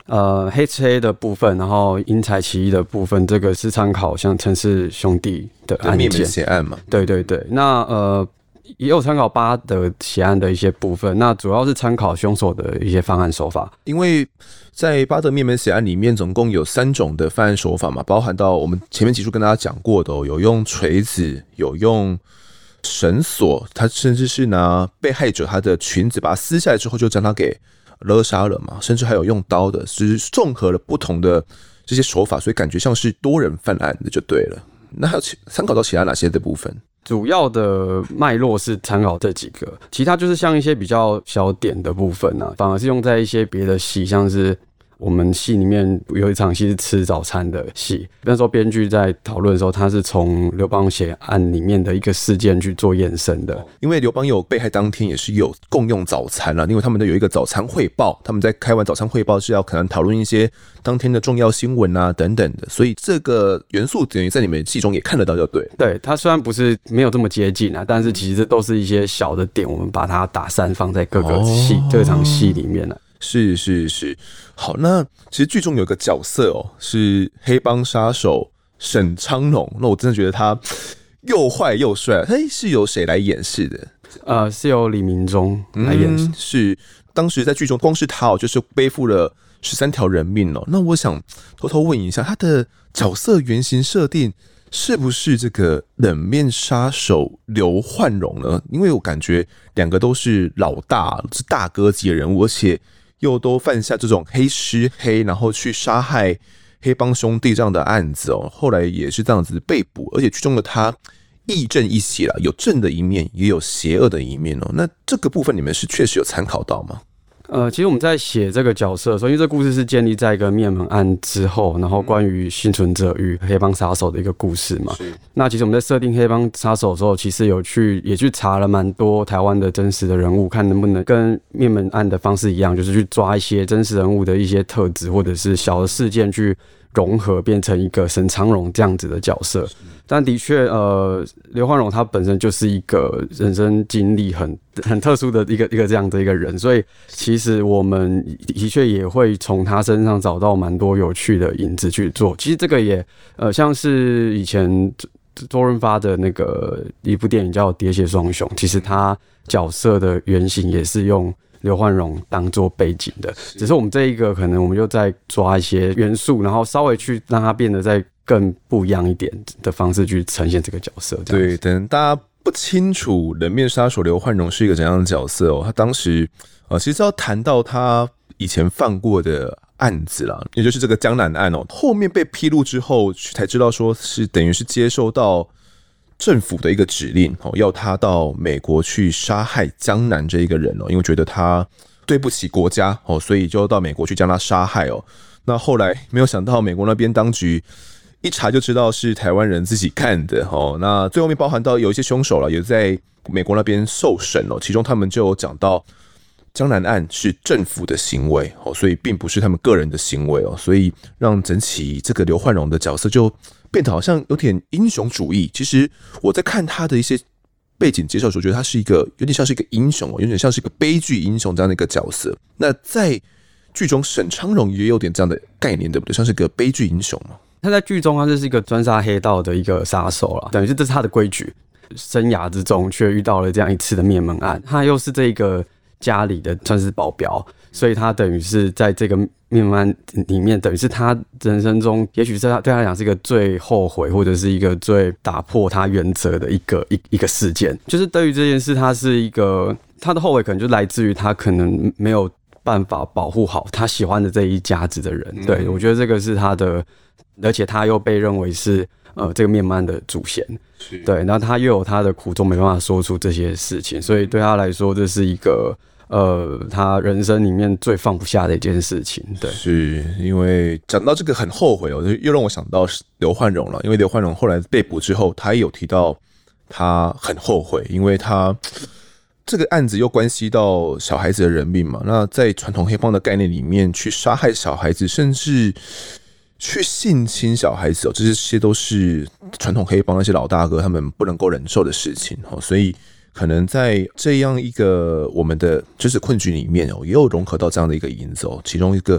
黑吃黑的部分，然后因财起义的部分，这个是参考像陈氏兄弟的案件， 灭门血案嘛。 对对对，那也有参考巴德血案的一些部分，那主要是参考凶手的一些犯案手法。 因为在巴德灭门血案里面，总共有3种的犯案手法嘛，包含到我们前面集数跟大家讲过的有用锤子，有用绳索，他甚至是拿被害者他的裙子把它撕下来之后就将他给勒杀了嘛，甚至还有用刀的，是综合了不同的这些手法，所以感觉像是多人犯案的就对了。那还有参考到其他哪些的部分？ 主要的脉络是参考这几个，其他就是像一些比较小点的部分啊，反而是用在一些别的戏，像是我们戏里面有一场戏是吃早餐的戏，那时候编剧在讨论的时候，他是从刘邦血案里面的一个事件去做延伸的。 因为刘邦有被害当天也是有共用早餐啦，因为他们都有一个早餐汇报，他们在开完早餐汇报是要可能讨论一些当天的重要新闻啊等等的，所以这个元素等于在你们戏中也看得到就对。 对，它虽然不是没有这么接近啊，但是其实这都是一些小的点，我们把它打散放在各个戏、这场戏里面了。 是，好，那其实剧中有一个角色是黑帮杀手沈昌荣，那我真的觉得他又坏又帅，是由谁来演饰的？ 是由李明忠来演饰。 是当时在剧中，光是他就是背负了13条人命哦。那我想偷偷问一下，他的角色原型设定是不是这个冷面杀手刘焕荣呢？因为我感觉2个都是老大，是大哥级的人物，而且又都犯下这种黑吃黑，然后去杀害黑帮兄弟这样的案子哦。后来也是这样子被捕，而且剧中的他亦正亦邪啦，有正的一面，也有邪恶的一面哦。那这个部分你们是确实有参考到吗？ 其实我们在写这个角色的时候，因为这故事是建立在一个灭门案之后，然后关于幸存者与黑帮杀手的一个故事嘛。那其实我们在设定黑帮杀手的时候，其实也去查了蛮多台湾的真实的人物，看能不能跟灭门案的方式一样，就是去抓一些真实人物的一些特质或者是小的事件去融合，变成一个沈昌荣这样子的角色。但的确，刘焕荣他本身就是一个人生经历很特殊的一个这样的一个人，所以其实我们的确也会从他身上找到蛮多有趣的影子去做。其实这个也像是以前周润发的那个一部电影叫《喋血双雄》，其实他角色的原型也是用刘焕荣当做背景的，只是我们这一个可能我们就再抓一些元素，然后稍微去让它变得再更不一样一点的方式去呈现这个角色。 对，等大家不清楚冷面杀手刘焕荣是一个怎样的角色他当时其实要谈到他以前犯过的案子啦，也就是这个江南案后面被披露之后才知道说是等于是接受到政府的一个指令要他到美国去杀害江南这一个人因为觉得他对不起国家所以就到美国去将他杀害那后来没有想到美国那边当局一查就知道是台湾人自己干的那最后面包含到有一些凶手了，也在美国那边受审其中他们就有讲到江南案是政府的行为所以并不是他们个人的行为所以让整起这个刘焕荣的角色就变得好像有点英雄主义。其实我在看他的一些背景介绍的时候，觉得他是一个有点像是一个英雄有点像是一个悲剧英雄这样的一个角色。那在剧中沈昌荣也有点这样的概念，对不对？像是个悲剧英雄嘛。 他在剧中他就是一个专杀黑道的一个杀手啦，等于是这是他的规矩，生涯之中却遇到了这样一次的灭门案，他又是这个家里的算是保镖，所以他等于是在这个灭门案里面，等于是他人生中也许是他对他来讲是一个最后悔或者是一个最打破他原则的一个事件。就是对于这件事，他是一个他的后悔可能就来自于他可能没有办法保护好他喜欢的这一家子的人。对，我觉得这个是他的，而且他又被认为是这个灭门案的祖先。对，然后他又有他的苦衷，没办法说出这些事情，所以对他来说，这是一个他人生里面最放不下的一件事情。对， 是因为讲到这个很后悔又让我想到刘焕荣了，因为刘焕荣后来被捕之后，他也有提到他很后悔，因为他这个案子又关系到小孩子的人命嘛。那在传统黑帮的概念里面，去杀害小孩子，甚至去性侵小孩子这些都是传统黑帮那些老大哥他们不能够忍受的事情所以可能在这样一个我们的知识困局里面也有融合到这样的一个因子其中一个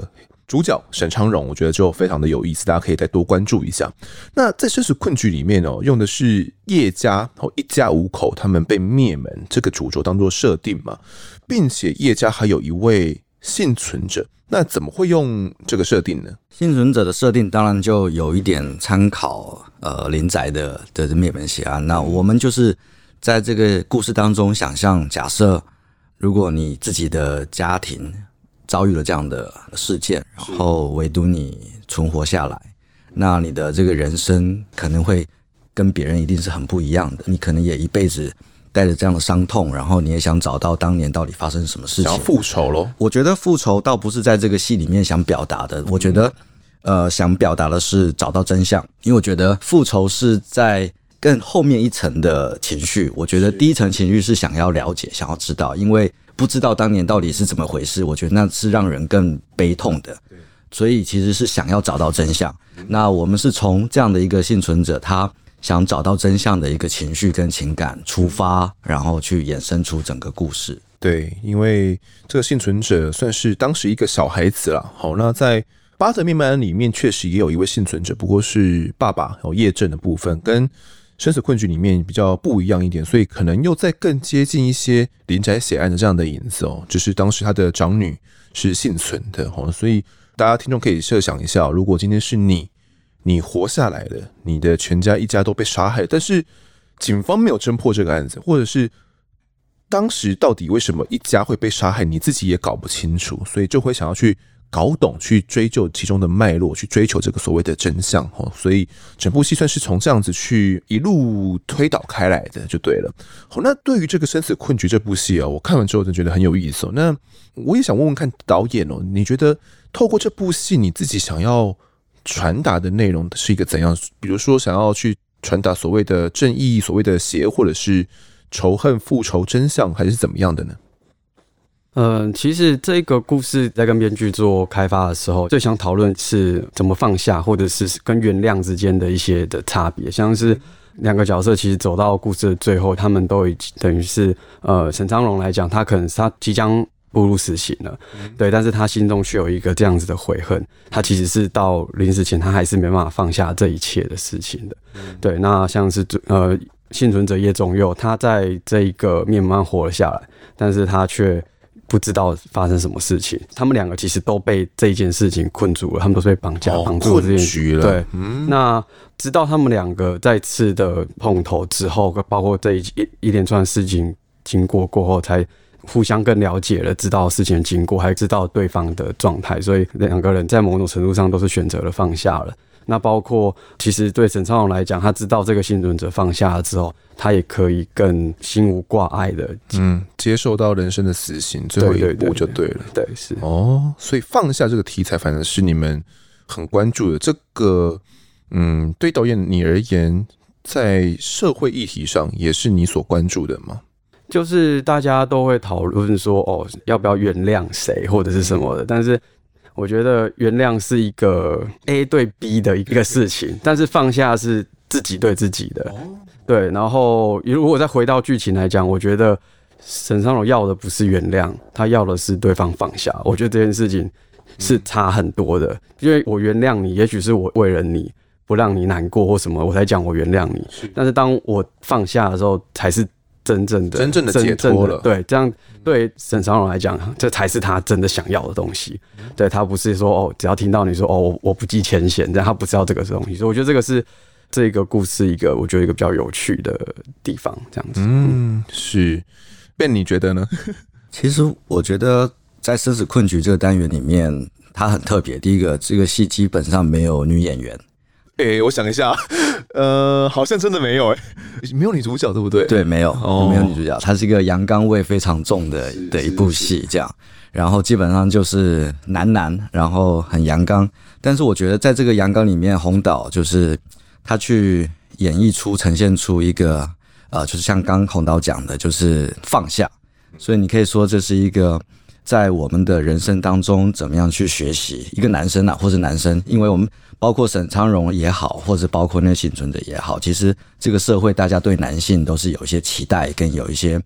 主角沈昌荣，我觉得就非常的有意思，大家可以再多关注一下。那在生死困局里面用的是叶家一家5口他们被灭门这个主轴当做设定嘛，并且叶家还有一位幸存者，那怎么会用这个设定呢？ 幸存者的设定当然就有一点参考林宅的灭门血案。那我们就是在这个故事当中想象，假设如果你自己的家庭遭遇了这样的事件，然后唯独你存活下来，那你的这个人生可能会跟别人一定是很不一样的。你可能也一辈子带着这样的伤痛，然后你也想找到当年到底发生什么事情， 想要复仇咯。 我觉得复仇倒不是在这个戏里面想表达的，我觉得想表达的是找到真相。因为我觉得复仇是在更后面一层的情绪，我觉得第一层情绪是想要了解，想要知道，因为不知道当年到底是怎么回事，我觉得那是让人更悲痛的。所以其实是想要找到真相。那我们是从这样的一个幸存者，他想找到真相的一个情绪跟情感出发，然后去衍生出整个故事。 对，因为这个幸存者算是当时一个小孩子啦。好，那在巴德灭门案里面确实也有一位幸存者，不过是爸爸叶正的部分，跟生死困局里面比较不一样一点，所以可能又再更接近一些林宅血案的这样的影子就是当时他的长女是幸存的所以大家听众可以设想一下，如果今天是你活下来了，你的全家一家都被杀害，但是警方没有侦破这个案子，或者是当时到底为什么一家会被杀害，你自己也搞不清楚，所以就会想要去搞懂，去追究其中的脉络，去追求这个所谓的真相所以整部戏算是从这样子去一路推导开来的，就对了。那对于这个生死困局这部戏我看完之后真觉得很有意思那我也想问问看导演你觉得透过这部戏你自己想要传达的内容是一个怎样？比如说想要去传达所谓的正义、所谓的邪，或者是仇恨、复仇、真相，还是怎么样的呢？ 其实这个故事在跟编剧做开发的时候，最想讨论是怎么放下，或者是跟原谅之间的一些的差别。像是两个角色其实走到故事的最后，他们都已经等于是沈昌荣来讲，他可能是他即将步入死刑了，对，但是他心中却有一个这样子的悔恨，他其实是到临死前他还是没办法放下这一切的事情的，对。那像是幸存者叶仲佑，他在这一个灭门案活了下来，但是他却不知道发生什么事情，他们两个其实都被这一件事情困住了，他们都是被绑架绑住了这件事了。对，那直到他们两个再次的碰头之后，包括这一连串事情经过过后，才互相更了解了，知道事情的经过，还知道对方的状态，所以两个人在某种程度上都是选择了放下了。那包括其实对沈昌荣来讲，他知道这个幸存者放下了之后，他也可以更心无挂碍的接受到人生的死刑最后一步就对了。 对，是所以放下这个题材反而是你们很关注的。这个对导演你而言，在社会议题上也是你所关注的吗？ 就是大家都会讨论说要不要原谅谁或者是什么的，但是我觉得原谅是一个 A 对 B 的一个事情，但是放下是自己对自己的。对，然后如果再回到剧情来讲，我觉得沈昌荣要的不是原谅，他要的是对方放下。我觉得这件事情是差很多的，因为我原谅你，也许是我为了你不让你难过或什么，我才讲我原谅你。但是当我放下的时候，才是真正的解脱了。 对，这样对沈昌荣来讲，这才是他真的想要的东西。对，他不是说只要听到你说我不计前嫌，这样他不知道这个东西。所以我觉得这个是这个故事我觉得一个比较有趣的地方，这样子。 是。Ben， 你觉得呢？ 其实我觉得在生死困局这个单元里面，它很特别。第一个，这个戏基本上没有女演员。 我想一下，好像真的没有没有女主角，对不对？ 对，没有，没有女主角。它是一个阳刚味非常重的一部戏，这样。然后基本上就是男，然后很阳刚。但是我觉得在这个阳刚里面，洪导就是他去演绎出、呈现出一个就是像刚洪导讲的，就是放下。所以你可以说这是一个在我们的人生当中怎么样去学习一个男生或是男生，因为我们包括沈昌荣也好，或者包括那个幸存者也好，其实这个社会大家对男性都是有一些期待跟有一些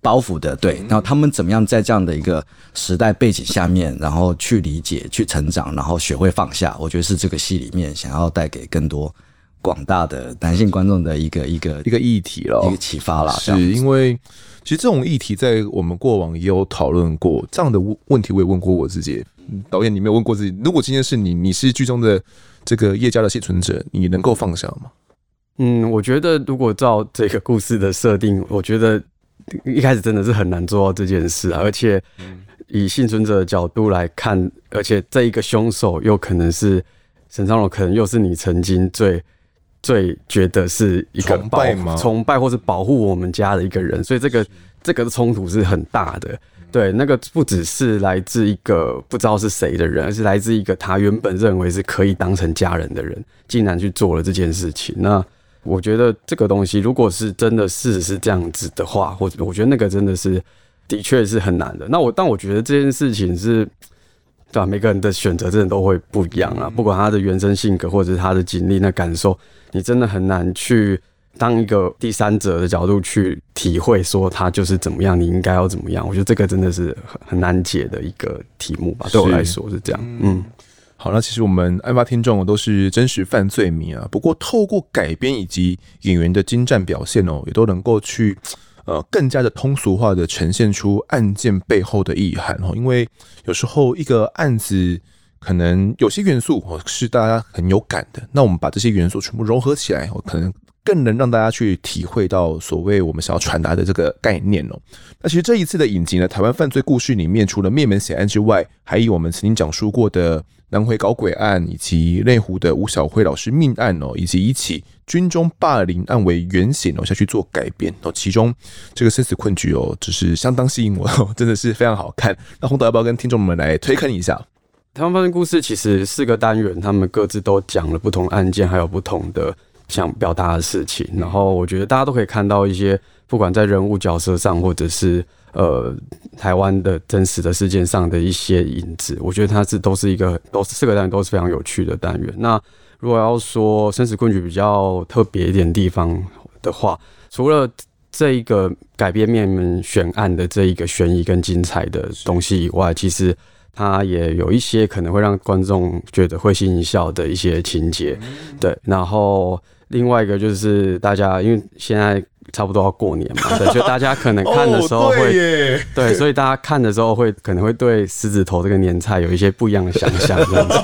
包袱的，对，然后他们怎么样在这样的一个时代背景下面，然后去理解、去成长，然后学会放下，我觉得是这个戏里面想要带给更多广大的男性观众的一个议题了， 一个启发啦。 是因为其实这种议题在我们过往也有讨论过，这样的问题我也问过我自己。导演，你没有问过自己，如果今天是你是剧中的这个叶家的幸存者，你能够放下吗？ 我觉得如果照这个故事的设定，我觉得一开始真的是很难做到这件事啊，而且以幸存者的角度来看，而且这一个凶手又可能是沈昌荣，可能又是你曾经最觉得是一个崇拜或是保护我们家的一个人，所以这个冲突是很大的。对，那个不只是来自一个不知道是谁的人，而是来自一个他原本认为是可以当成家人的人，竟然去做了这件事情。那我觉得这个东西，如果是真的事实是这样子的话，或者我觉得那个真的是的确是很难的。但我觉得这件事情是，对吧？每个人的选择真的都会不一样啊，不管他的原生性格或者是他的经历、那感受，你真的很难去当一个第三者的角度去体会，说他就是怎么样，你应该要怎么样。我觉得这个真的是很难解的一个题目吧，对我来说是这样。 好，那其实我们案发听众都是真实犯罪迷啊，不过透过改编以及演员的精湛表现哦，也都能够去更加的通俗化的呈现出案件背后的意涵哦。因为有时候一个案子可能有些元素是大家很有感的，那我们把这些元素全部融合起来，可能更能让大家去体会到所谓我们想要传达的这个概念哦。那其实这一次的影集呢，台湾犯罪故事里面，除了灭门血案之外，还以我们曾经讲述过的南回搞鬼案，以及内湖的吴小辉老师命案哦，以及一起军中霸凌案为原型哦下去做改编哦。其中这个生死困局哦，就是相当吸引我哦，真的是非常好看。那洪导要不要跟听众们来推坑一下？ 台湾犯罪故事其实4个单元，他们各自都讲了不同案件，还有不同的想表达的事情。然后我觉得大家都可以看到一些，不管在人物角色上，或者是台湾的真实的事件上的一些影子。我觉得它都是4个单元都是非常有趣的单元。那如果要说生死困局比较特别一点的地方的话，除了这一个改编灭门悬案的这一个悬疑跟精彩的东西以外，其实它也有一些可能会让观众觉得会心一笑的一些情节，对。然后另外一个就是大家因为现在差不多要过年嘛，对，所以大家可能看的时候会，对，所以大家看的时候可能会对狮子头这个年菜有一些不一样的想象，这样子，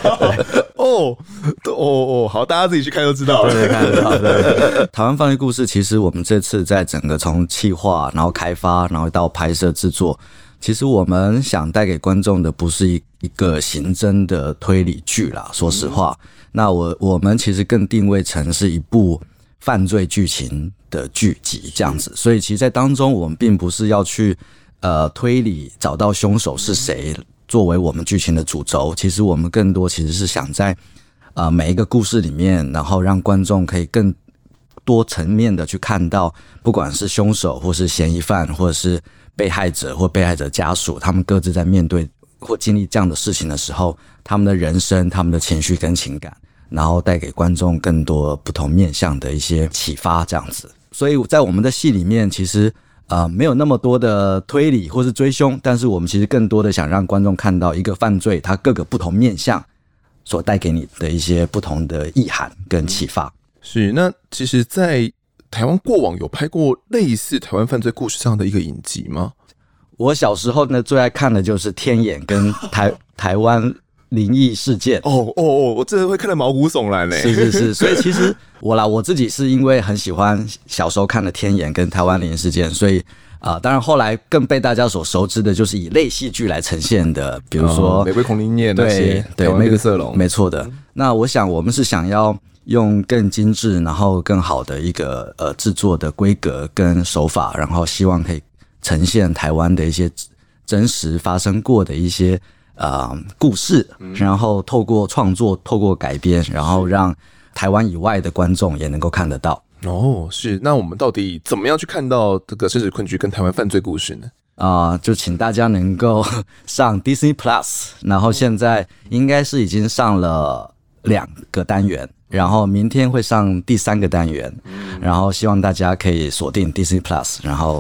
对。好，大家自己去看就知道了。 对，看得到。对， 台湾犯罪故事，其实我们这次在整个从企划，然后开发，然后到拍摄制作，其实我们想带给观众的不是一个刑侦的推理剧啦，说实话。那我们其实更定位成是一部犯罪剧情的剧集这样子，所以其实在当中我们并不是要去推理找到凶手是谁作为我们剧情的主轴，其实我们更多其实是想在每一个故事里面，然后让观众可以更多层面的去看到，不管是凶手或是嫌疑犯或者是被害者或被害者家属，他们各自在面对或经历这样的事情的时候，他们的人生、他们的情绪跟情感，然后带给观众更多不同面向的一些启发这样子。所以在我们的戏里面，其实没有那么多的推理或是追凶，但是我们其实更多的想让观众看到一个犯罪它各个不同面向所带给你的一些不同的意涵跟启发。 是，那其实在台湾过往有拍过类似台湾犯罪故事这样的一个影集吗？ 我小时候呢最爱看的就是天眼跟台湾灵异事件。 我真的会看得毛骨悚然嘞。 是，所以其实我自己是因为很喜欢小时候看的天眼跟台湾灵异事件，所以当然后来更被大家所熟知的就是以类戏剧来呈现的，比如说玫瑰孔林念那些， 对， 玫瑰色龙， 没错的。那我想我们是想要用更精致然后更好的一个制作的规格跟手法，然后希望可以呈现台湾的一些真实发生过的一些故事，然后透过创作透过改编，然后让台湾以外的观众也能够看得到。 是。那我们到底怎么样去看到这个生死困局跟台湾犯罪故事呢？ 就请大家能够上 Disney Plus， 然后现在应该是已经上了2个单元，然后明天会上第3个单元，然后希望大家可以锁定 Disney Plus， 然后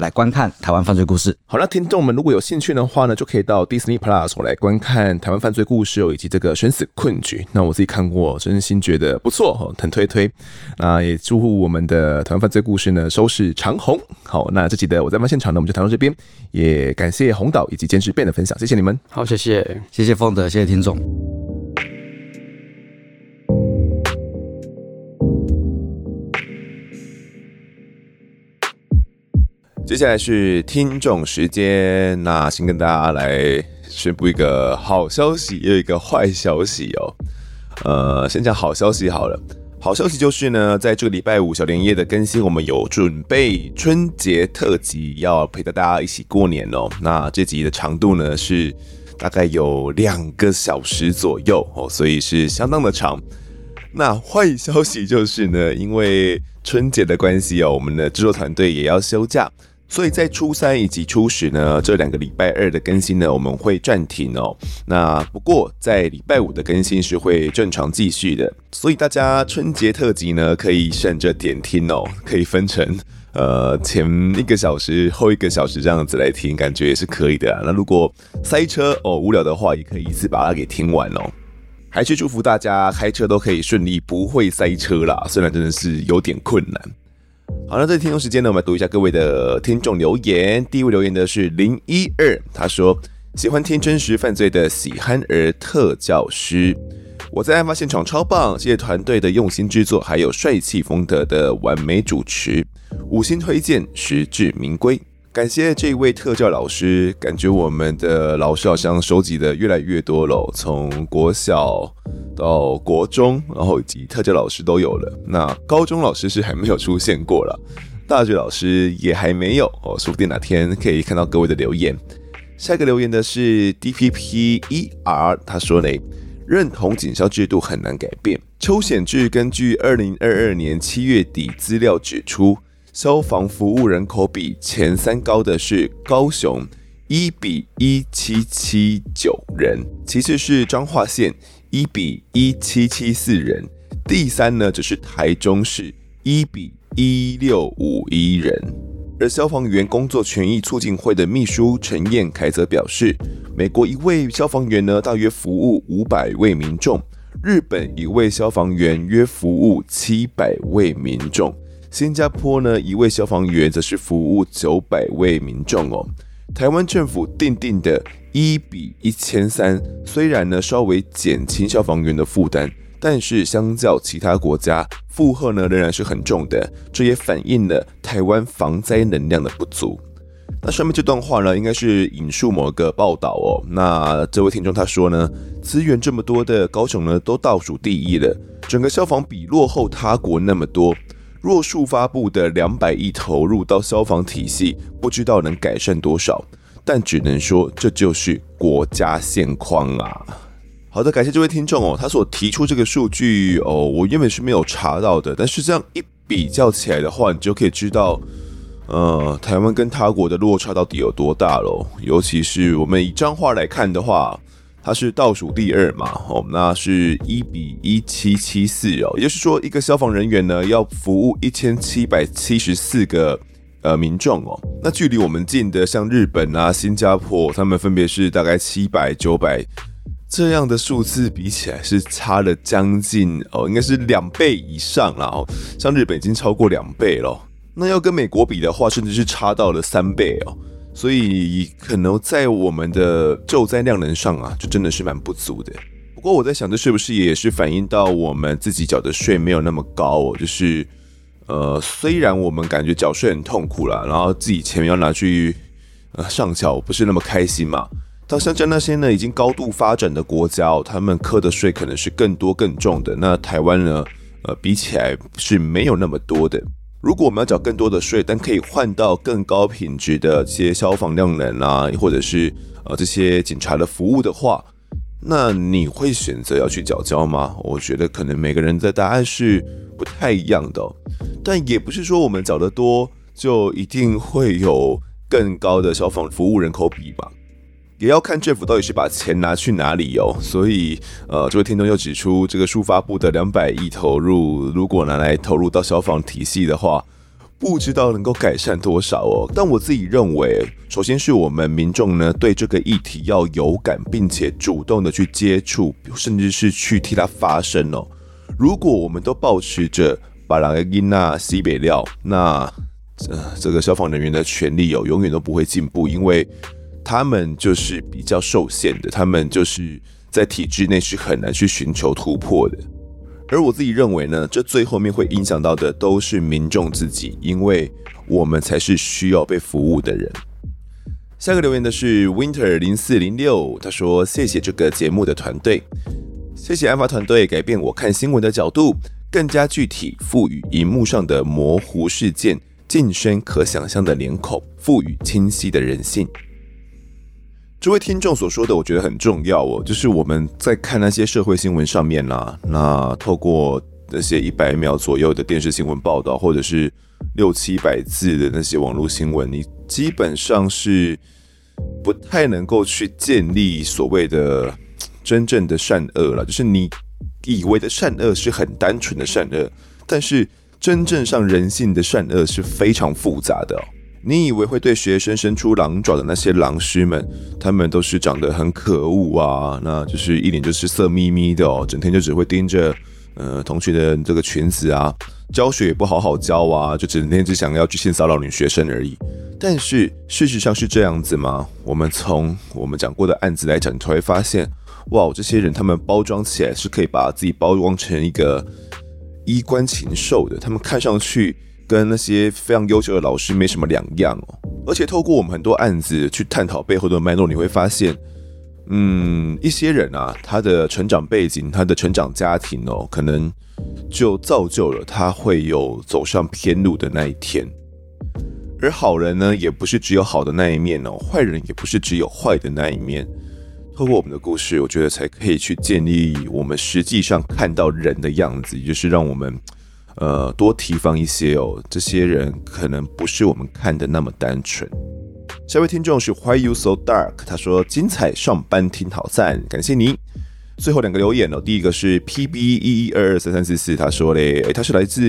来观看台湾犯罪故事。 好，那听众们如果有兴趣的话呢，就可以到 Disney Plus 来观看台湾犯罪故事以及这个生死困局。那我自己看过，真心觉得不错，很推。那也祝福我们的台湾犯罪故事呢收视长红。好，那这集的我在案发现场呢，我们就谈到这边，也感谢洪导以及监制Ben的分享，谢谢你们。 好，谢谢， 谢谢丰德，谢谢听众。 接下来是听众时间，那先跟大家来宣布一个好消息，也有一个坏消息哦。先讲好消息好了。好消息就是呢，在这个礼拜五小年夜的更新，我们有准备春节特辑，要陪着大家一起过年哦。那这集的长度呢是大概有2个小时左右哦，所以是相当的长。那坏消息就是呢，因为春节的关系哦，我们的制作团队也要休假。所以在初3以及初10呢，这2个礼拜2的更新呢，我们会暂停哦。那不过在礼拜5的更新是会正常继续的，所以大家春节特辑呢可以省着点听哦，可以分成前1个小时、后1个小时这样子来听，感觉也是可以的啊。那如果塞车哦无聊的话，也可以一次把它给听完哦。还是祝福大家开车都可以顺利，不会塞车啦，虽然真的是有点困难。好，那这听众时间呢，我们来读一下各位的听众留言。第一位留言的是012，他说喜欢听真实犯罪的喜憨儿特教师，我在案发现场超棒，谢谢团队的用心制作，还有帅气风格的完美主持，5星推荐，实至名归。感谢这一位特教老师，感觉我们的老师好像收集的越来越多了，从国小到国中，然后以及特教老师都有了。那高中老师是还没有出现过了，大学老师也还没有哦，说不定哪天可以看到各位的留言。下一个留言的是 DPP1R， 他说呢，认同警消制度很难改变。邱显智根据2022年7月底资料指出，消防服务人口比前3高的是高雄1比1779人，其次是彰化县1比1774人，第3呢则是台中市1比1651人。而消防员工作权益促进会的秘书陈彦凯则表示，美国一位消防员呢大约服务500位民众，日本一位消防员约服务700位民众，新加坡呢一位消防员则是服务900位民众哦。台湾政府订定的1比1300，虽然呢稍微减轻消防员的负担，但是相较其他国家，负荷呢仍然是很重的，这也反映了台湾防灾能量的不足。那上面这段话呢，应该是引述某个报道哦。那这位听众他说呢，资源这么多的高雄呢，都倒数第1了，整个消防比落后他国那么多。若数发布的200亿投入到消防体系，不知道能改善多少，但只能说这就是国家现况啊。好的，感谢这位听众哦，他所提出这个数据哦，我原本是没有查到的，但是这样一比较起来的话，你就可以知道，台湾跟他国的落差到底有多大咯。尤其是我们以彰化来看的话，它是倒数第2嘛，那是1比1774哦，也就是说，一个消防人员呢要服务1774个民众哦。那距离我们近的像日本啊、新加坡，他们分别是大概700、900这样的数字，比起来是差了将近应该是2倍以上啦哦。像日本已经超过2倍了，那要跟美国比的话，甚至是差到了3倍哦。所以可能在我们的救灾量能上啊，就真的是蛮不足的。不过我在想，这是不是也是反映到我们自己缴的税没有那么高哦？就是虽然我们感觉缴税很痛苦啦，然后自己钱要拿去上缴，不是那么开心嘛。到像那些呢已经高度发展的国家哦，他们课的税可能是更多更重的。那台湾呢，比起来是没有那么多的。如果我们要缴更多的税，但可以换到更高品质的这些消防量能啊，或者是这些警察的服务的话，那你会选择要去缴交吗？我觉得可能每个人的答案是不太一样的哦。但也不是说我们缴得多就一定会有更高的消防服务人口比吧。也要看政府到底是把钱拿去哪里哦。所以这位听众又指出，这个数发部的200亿投入，如果拿来投入到消防体系的话， 不知道能够改善多少哦。但我自己认为，首先是我们民众呢对这个议题要有感，并且主动的去接触，甚至是去替它发声哦。如果我们都抱持着把人的囡仔西北料，那这个消防人员的权利哦，永远都不会进步，因为他们就是比较受限的，他们就是在体制内是很难去寻求突破的。而我自己认为呢，这最后面会影响到的都是民众自己，因为我们才是需要被服务的人。下个留言的是 Winter0406， 他说谢谢这个节目的团队，谢谢案发团队改变我看新闻的角度，更加具体，赋予荧幕上的模糊事件近身可想象的脸孔，赋予清晰的人性。这位听众所说的我觉得很重要哦，就是我们在看那些社会新闻上面啦，那透过那些100秒左右的电视新闻报道，或者是600-700字的那些网络新闻，你基本上是不太能够去建立所谓的真正的善恶啦，就是你以为的善恶是很单纯的善恶，但是真正上人性的善恶是非常复杂的哦。你以为会对学生伸出狼爪的那些狼师们，他们都是长得很可恶啊，那就是一脸就是色眯眯的哦，整天就只会盯着同学的这个裙子啊，教学也不好好教啊，就整天只想要去性骚扰女学生而已。但是事实上是这样子吗？我们从我们讲过的案子来讲，你才会发现，哇，这些人他们包装起来是可以把自己包装成一个衣冠禽兽的，他们看上去跟那些非常优秀的老师没什么两样哦。而且透过我们很多案子去探讨背后的脉络，你会发现，一些人啊，他的成长背景、他的成长家庭哦，可能就造就了他会有走上偏路的那一天。而好人呢，也不是只有好的那一面哦，坏人也不是只有坏的那一面。透过我们的故事，我觉得才可以去建立我们实际上看到人的样子，也就是让我们多提防一些哦，这些人可能不是我们看的那么单纯。下一位听众是 Why You So Dark， 他说精彩上班听好赞，感谢你。最后2个留言哦，第一个是 PB11223344， 他说嘞，他是来自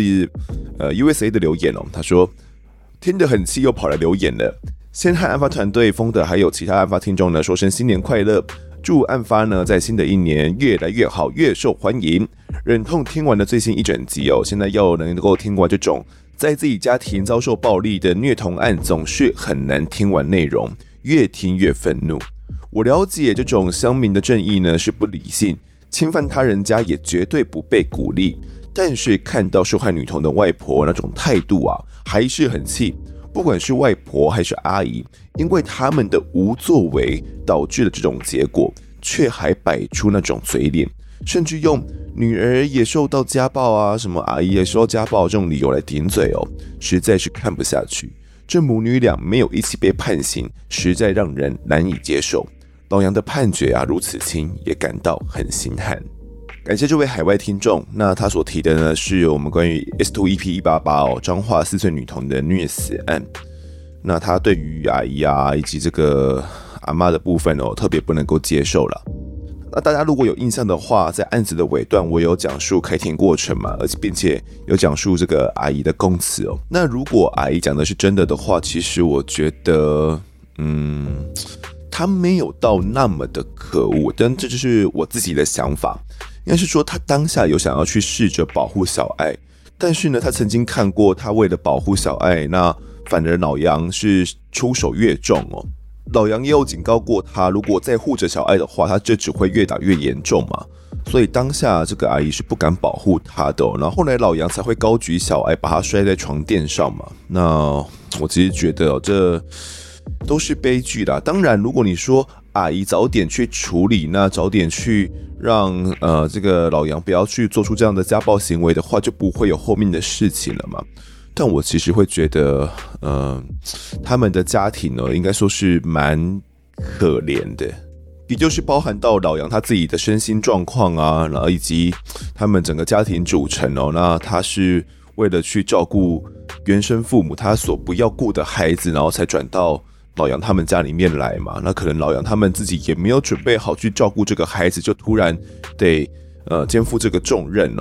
USA 的留言哦，他说听得很气又跑来留言了。先和案发团队风的还有其他案发听众呢说声新年快乐，祝案发呢在新的一年越来越好，越受欢迎。忍痛听完了最新一整集哦，现在要能够听完这种在自己家庭遭受暴力的虐童案，总是很难听完内容，越听越愤怒。我了解这种乡民的正义呢是不理性，侵犯他人家也绝对不被鼓励，但是看到受害女童的外婆那种态度啊，还是很气。不管是外婆还是阿姨，因为他们的无作为导致了这种结果，却还摆出那种嘴脸，甚至用女儿也受到家暴啊，什么阿姨也受到家暴这种理由来顶嘴哦，实在是看不下去。这母女俩没有一起被判刑，实在让人难以接受。老杨的判决啊如此轻，也感到很心寒。感谢这位海外听众，那他所提的呢是我们关于 S2EP188 彰化4岁女童的虐死案。那他对于阿姨啊以及这个阿嬷的部分哦，特别不能够接受了。那大家如果有印象的话，在案子的尾段我有讲述开庭过程嘛，并且有讲述这个阿姨的供词哦。那如果阿姨讲的是真的话，其实我觉得她没有到那么的可恶，但这就是我自己的想法。应该是说他当下有想要去试着保护小爱，但是呢他曾经看过他为了保护小爱，那反而老杨是出手越重哦。老杨也有警告过他，如果再护着小爱的话，他这只会越打越严重嘛。所以当下这个阿姨是不敢保护他的哦，然后后来老杨才会高举小爱把他摔在床垫上嘛。那我其实觉得这都是悲剧啦。当然如果你说阿姨早点去处理，那早点去让这个老杨不要去做出这样的家暴行为的话，就不会有后面的事情了嘛。但我其实会觉得他们的家庭呢应该说是蛮可怜的，也就是包含到老杨他自己的身心状况啊，然后以及他们整个家庭组成哦，那他是为了去照顾原生父母他所不要顾的孩子，然后才转到老杨他们家里面来嘛。那可能老杨他们自己也没有准备好去照顾这个孩子，就突然得肩负这个重任哦。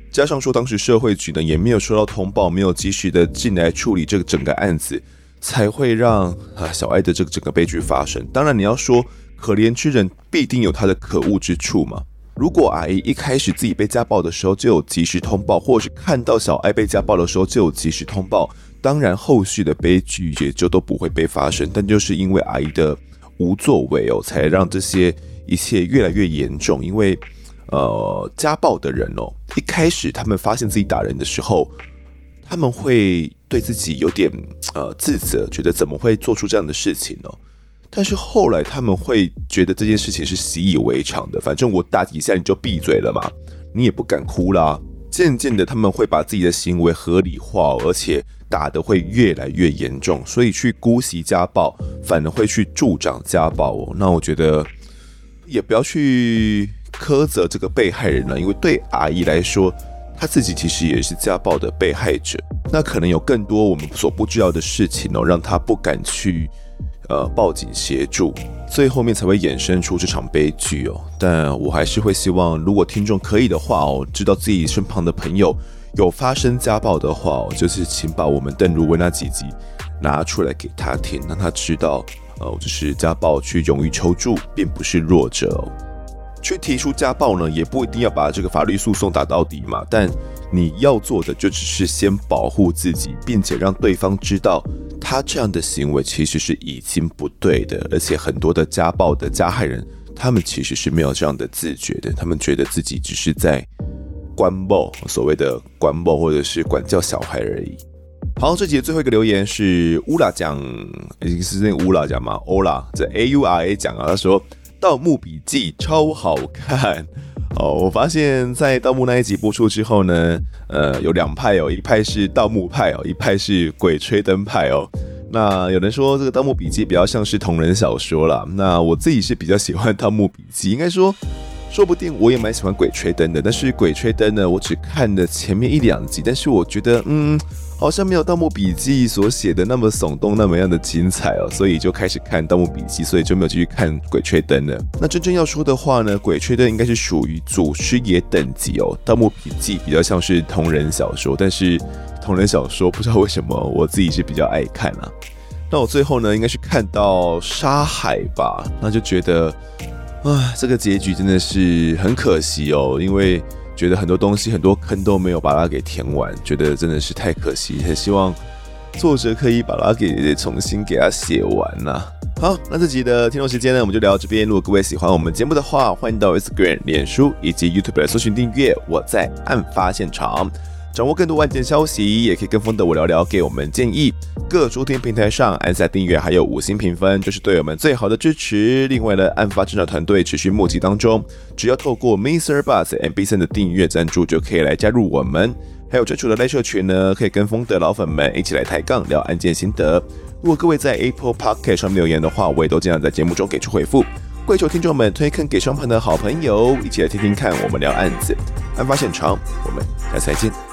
加上说当时社会局呢也没有收到通报，没有及时的进来处理这个整个案子，才会让小爱的这个整个悲剧发生。当然你要说可怜之人必定有他的可恶之处嘛。如果阿姨一开始自己被家暴的时候就有及时通报，或者是看到小爱被家暴的时候就有及时通报，当然后续的悲剧也就都不会被发生。但就是因为阿姨的无作为才让这些一切越来越严重。因为家暴的人一开始他们发现自己打人的时候，他们会对自己有点自责，觉得怎么会做出这样的事情呢？但是后来他们会觉得这件事情是习以为常的，反正我打几下你就闭嘴了嘛，你也不敢哭啦。渐渐的他们会把自己的行为合理化，而且打得会越来越严重，所以去姑息家暴反而会去助长家暴那我觉得也不要去苛责这个被害人了，因为对阿姨来说，她自己其实也是家暴的被害者。那可能有更多我们所不知道的事情让她不敢去报警协助，最后面才会衍生出这场悲剧但我还是会希望，如果听众可以的话知道自己身旁的朋友有发生家暴的话就是请把我们邓如文那几集拿出来给他听，让他知道就是家暴去勇于求助并不是弱者去提出家暴呢，也不一定要把这个法律诉讼打到底嘛，但你要做的就只是先保护自己，并且让对方知道他这样的行为其实是已经不对的。而且很多的家暴的加害人，他们其实是没有这样的自觉的，他们觉得自己只是在管教，所谓的管教或者是管教小孩而已。好，这集的最后一个留言是乌拉讲，是那个乌拉讲吗？欧拉，这 AURA 讲他说盗墓笔记超好看我发现在盗墓那一集播出之后呢，有两派一派是盗墓派一派是鬼吹灯派那有人说这个盗墓笔记比较像是同人小说啦，那我自己是比较喜欢盗墓笔记，应该说不定我也蛮喜欢鬼吹灯的，但是鬼吹灯呢，我只看了前面1-2集，但是我觉得好像没有盗墓笔记所写的那么耸动，那么样的精彩所以就开始看盗墓笔记，所以就没有继续看鬼吹灯了。那真正要说的话呢，鬼吹灯应该是属于祖师爷等级盗墓笔记比较像是同人小说，但是同人小说不知道为什么我自己是比较爱看那我最后呢应该是看到沙海吧，那就觉得这个结局真的是很可惜因为觉得很多东西很多坑都没有把它给填完，觉得真的是太可惜，很希望作者可以把它给重新给它写完好，那这集的听众时间呢我们就聊到这边，如果各位喜欢我们节目的话，欢迎到 Instagram、脸书以及 YouTube 来搜寻订阅我在案发现场，掌握更多案件消息，也可以跟风的我聊聊，给我们建议。各收听平台上按下订阅，还有5星评分，就是对我们最好的支持。另外呢，案发侦查团队持续募集当中，只要透过 Mr. Buzz、MBC 的订阅赞助，就可以来加入我们。还有专属的赖社群呢，可以跟风的老粉们一起来抬杠聊案件心得。如果各位在 Apple Podcast 上面留言的话，我也都尽量在节目中给出回复。跪求听众们推坑给双方的好朋友，一起来听听看我们聊案子。案发现场，我们下次再见。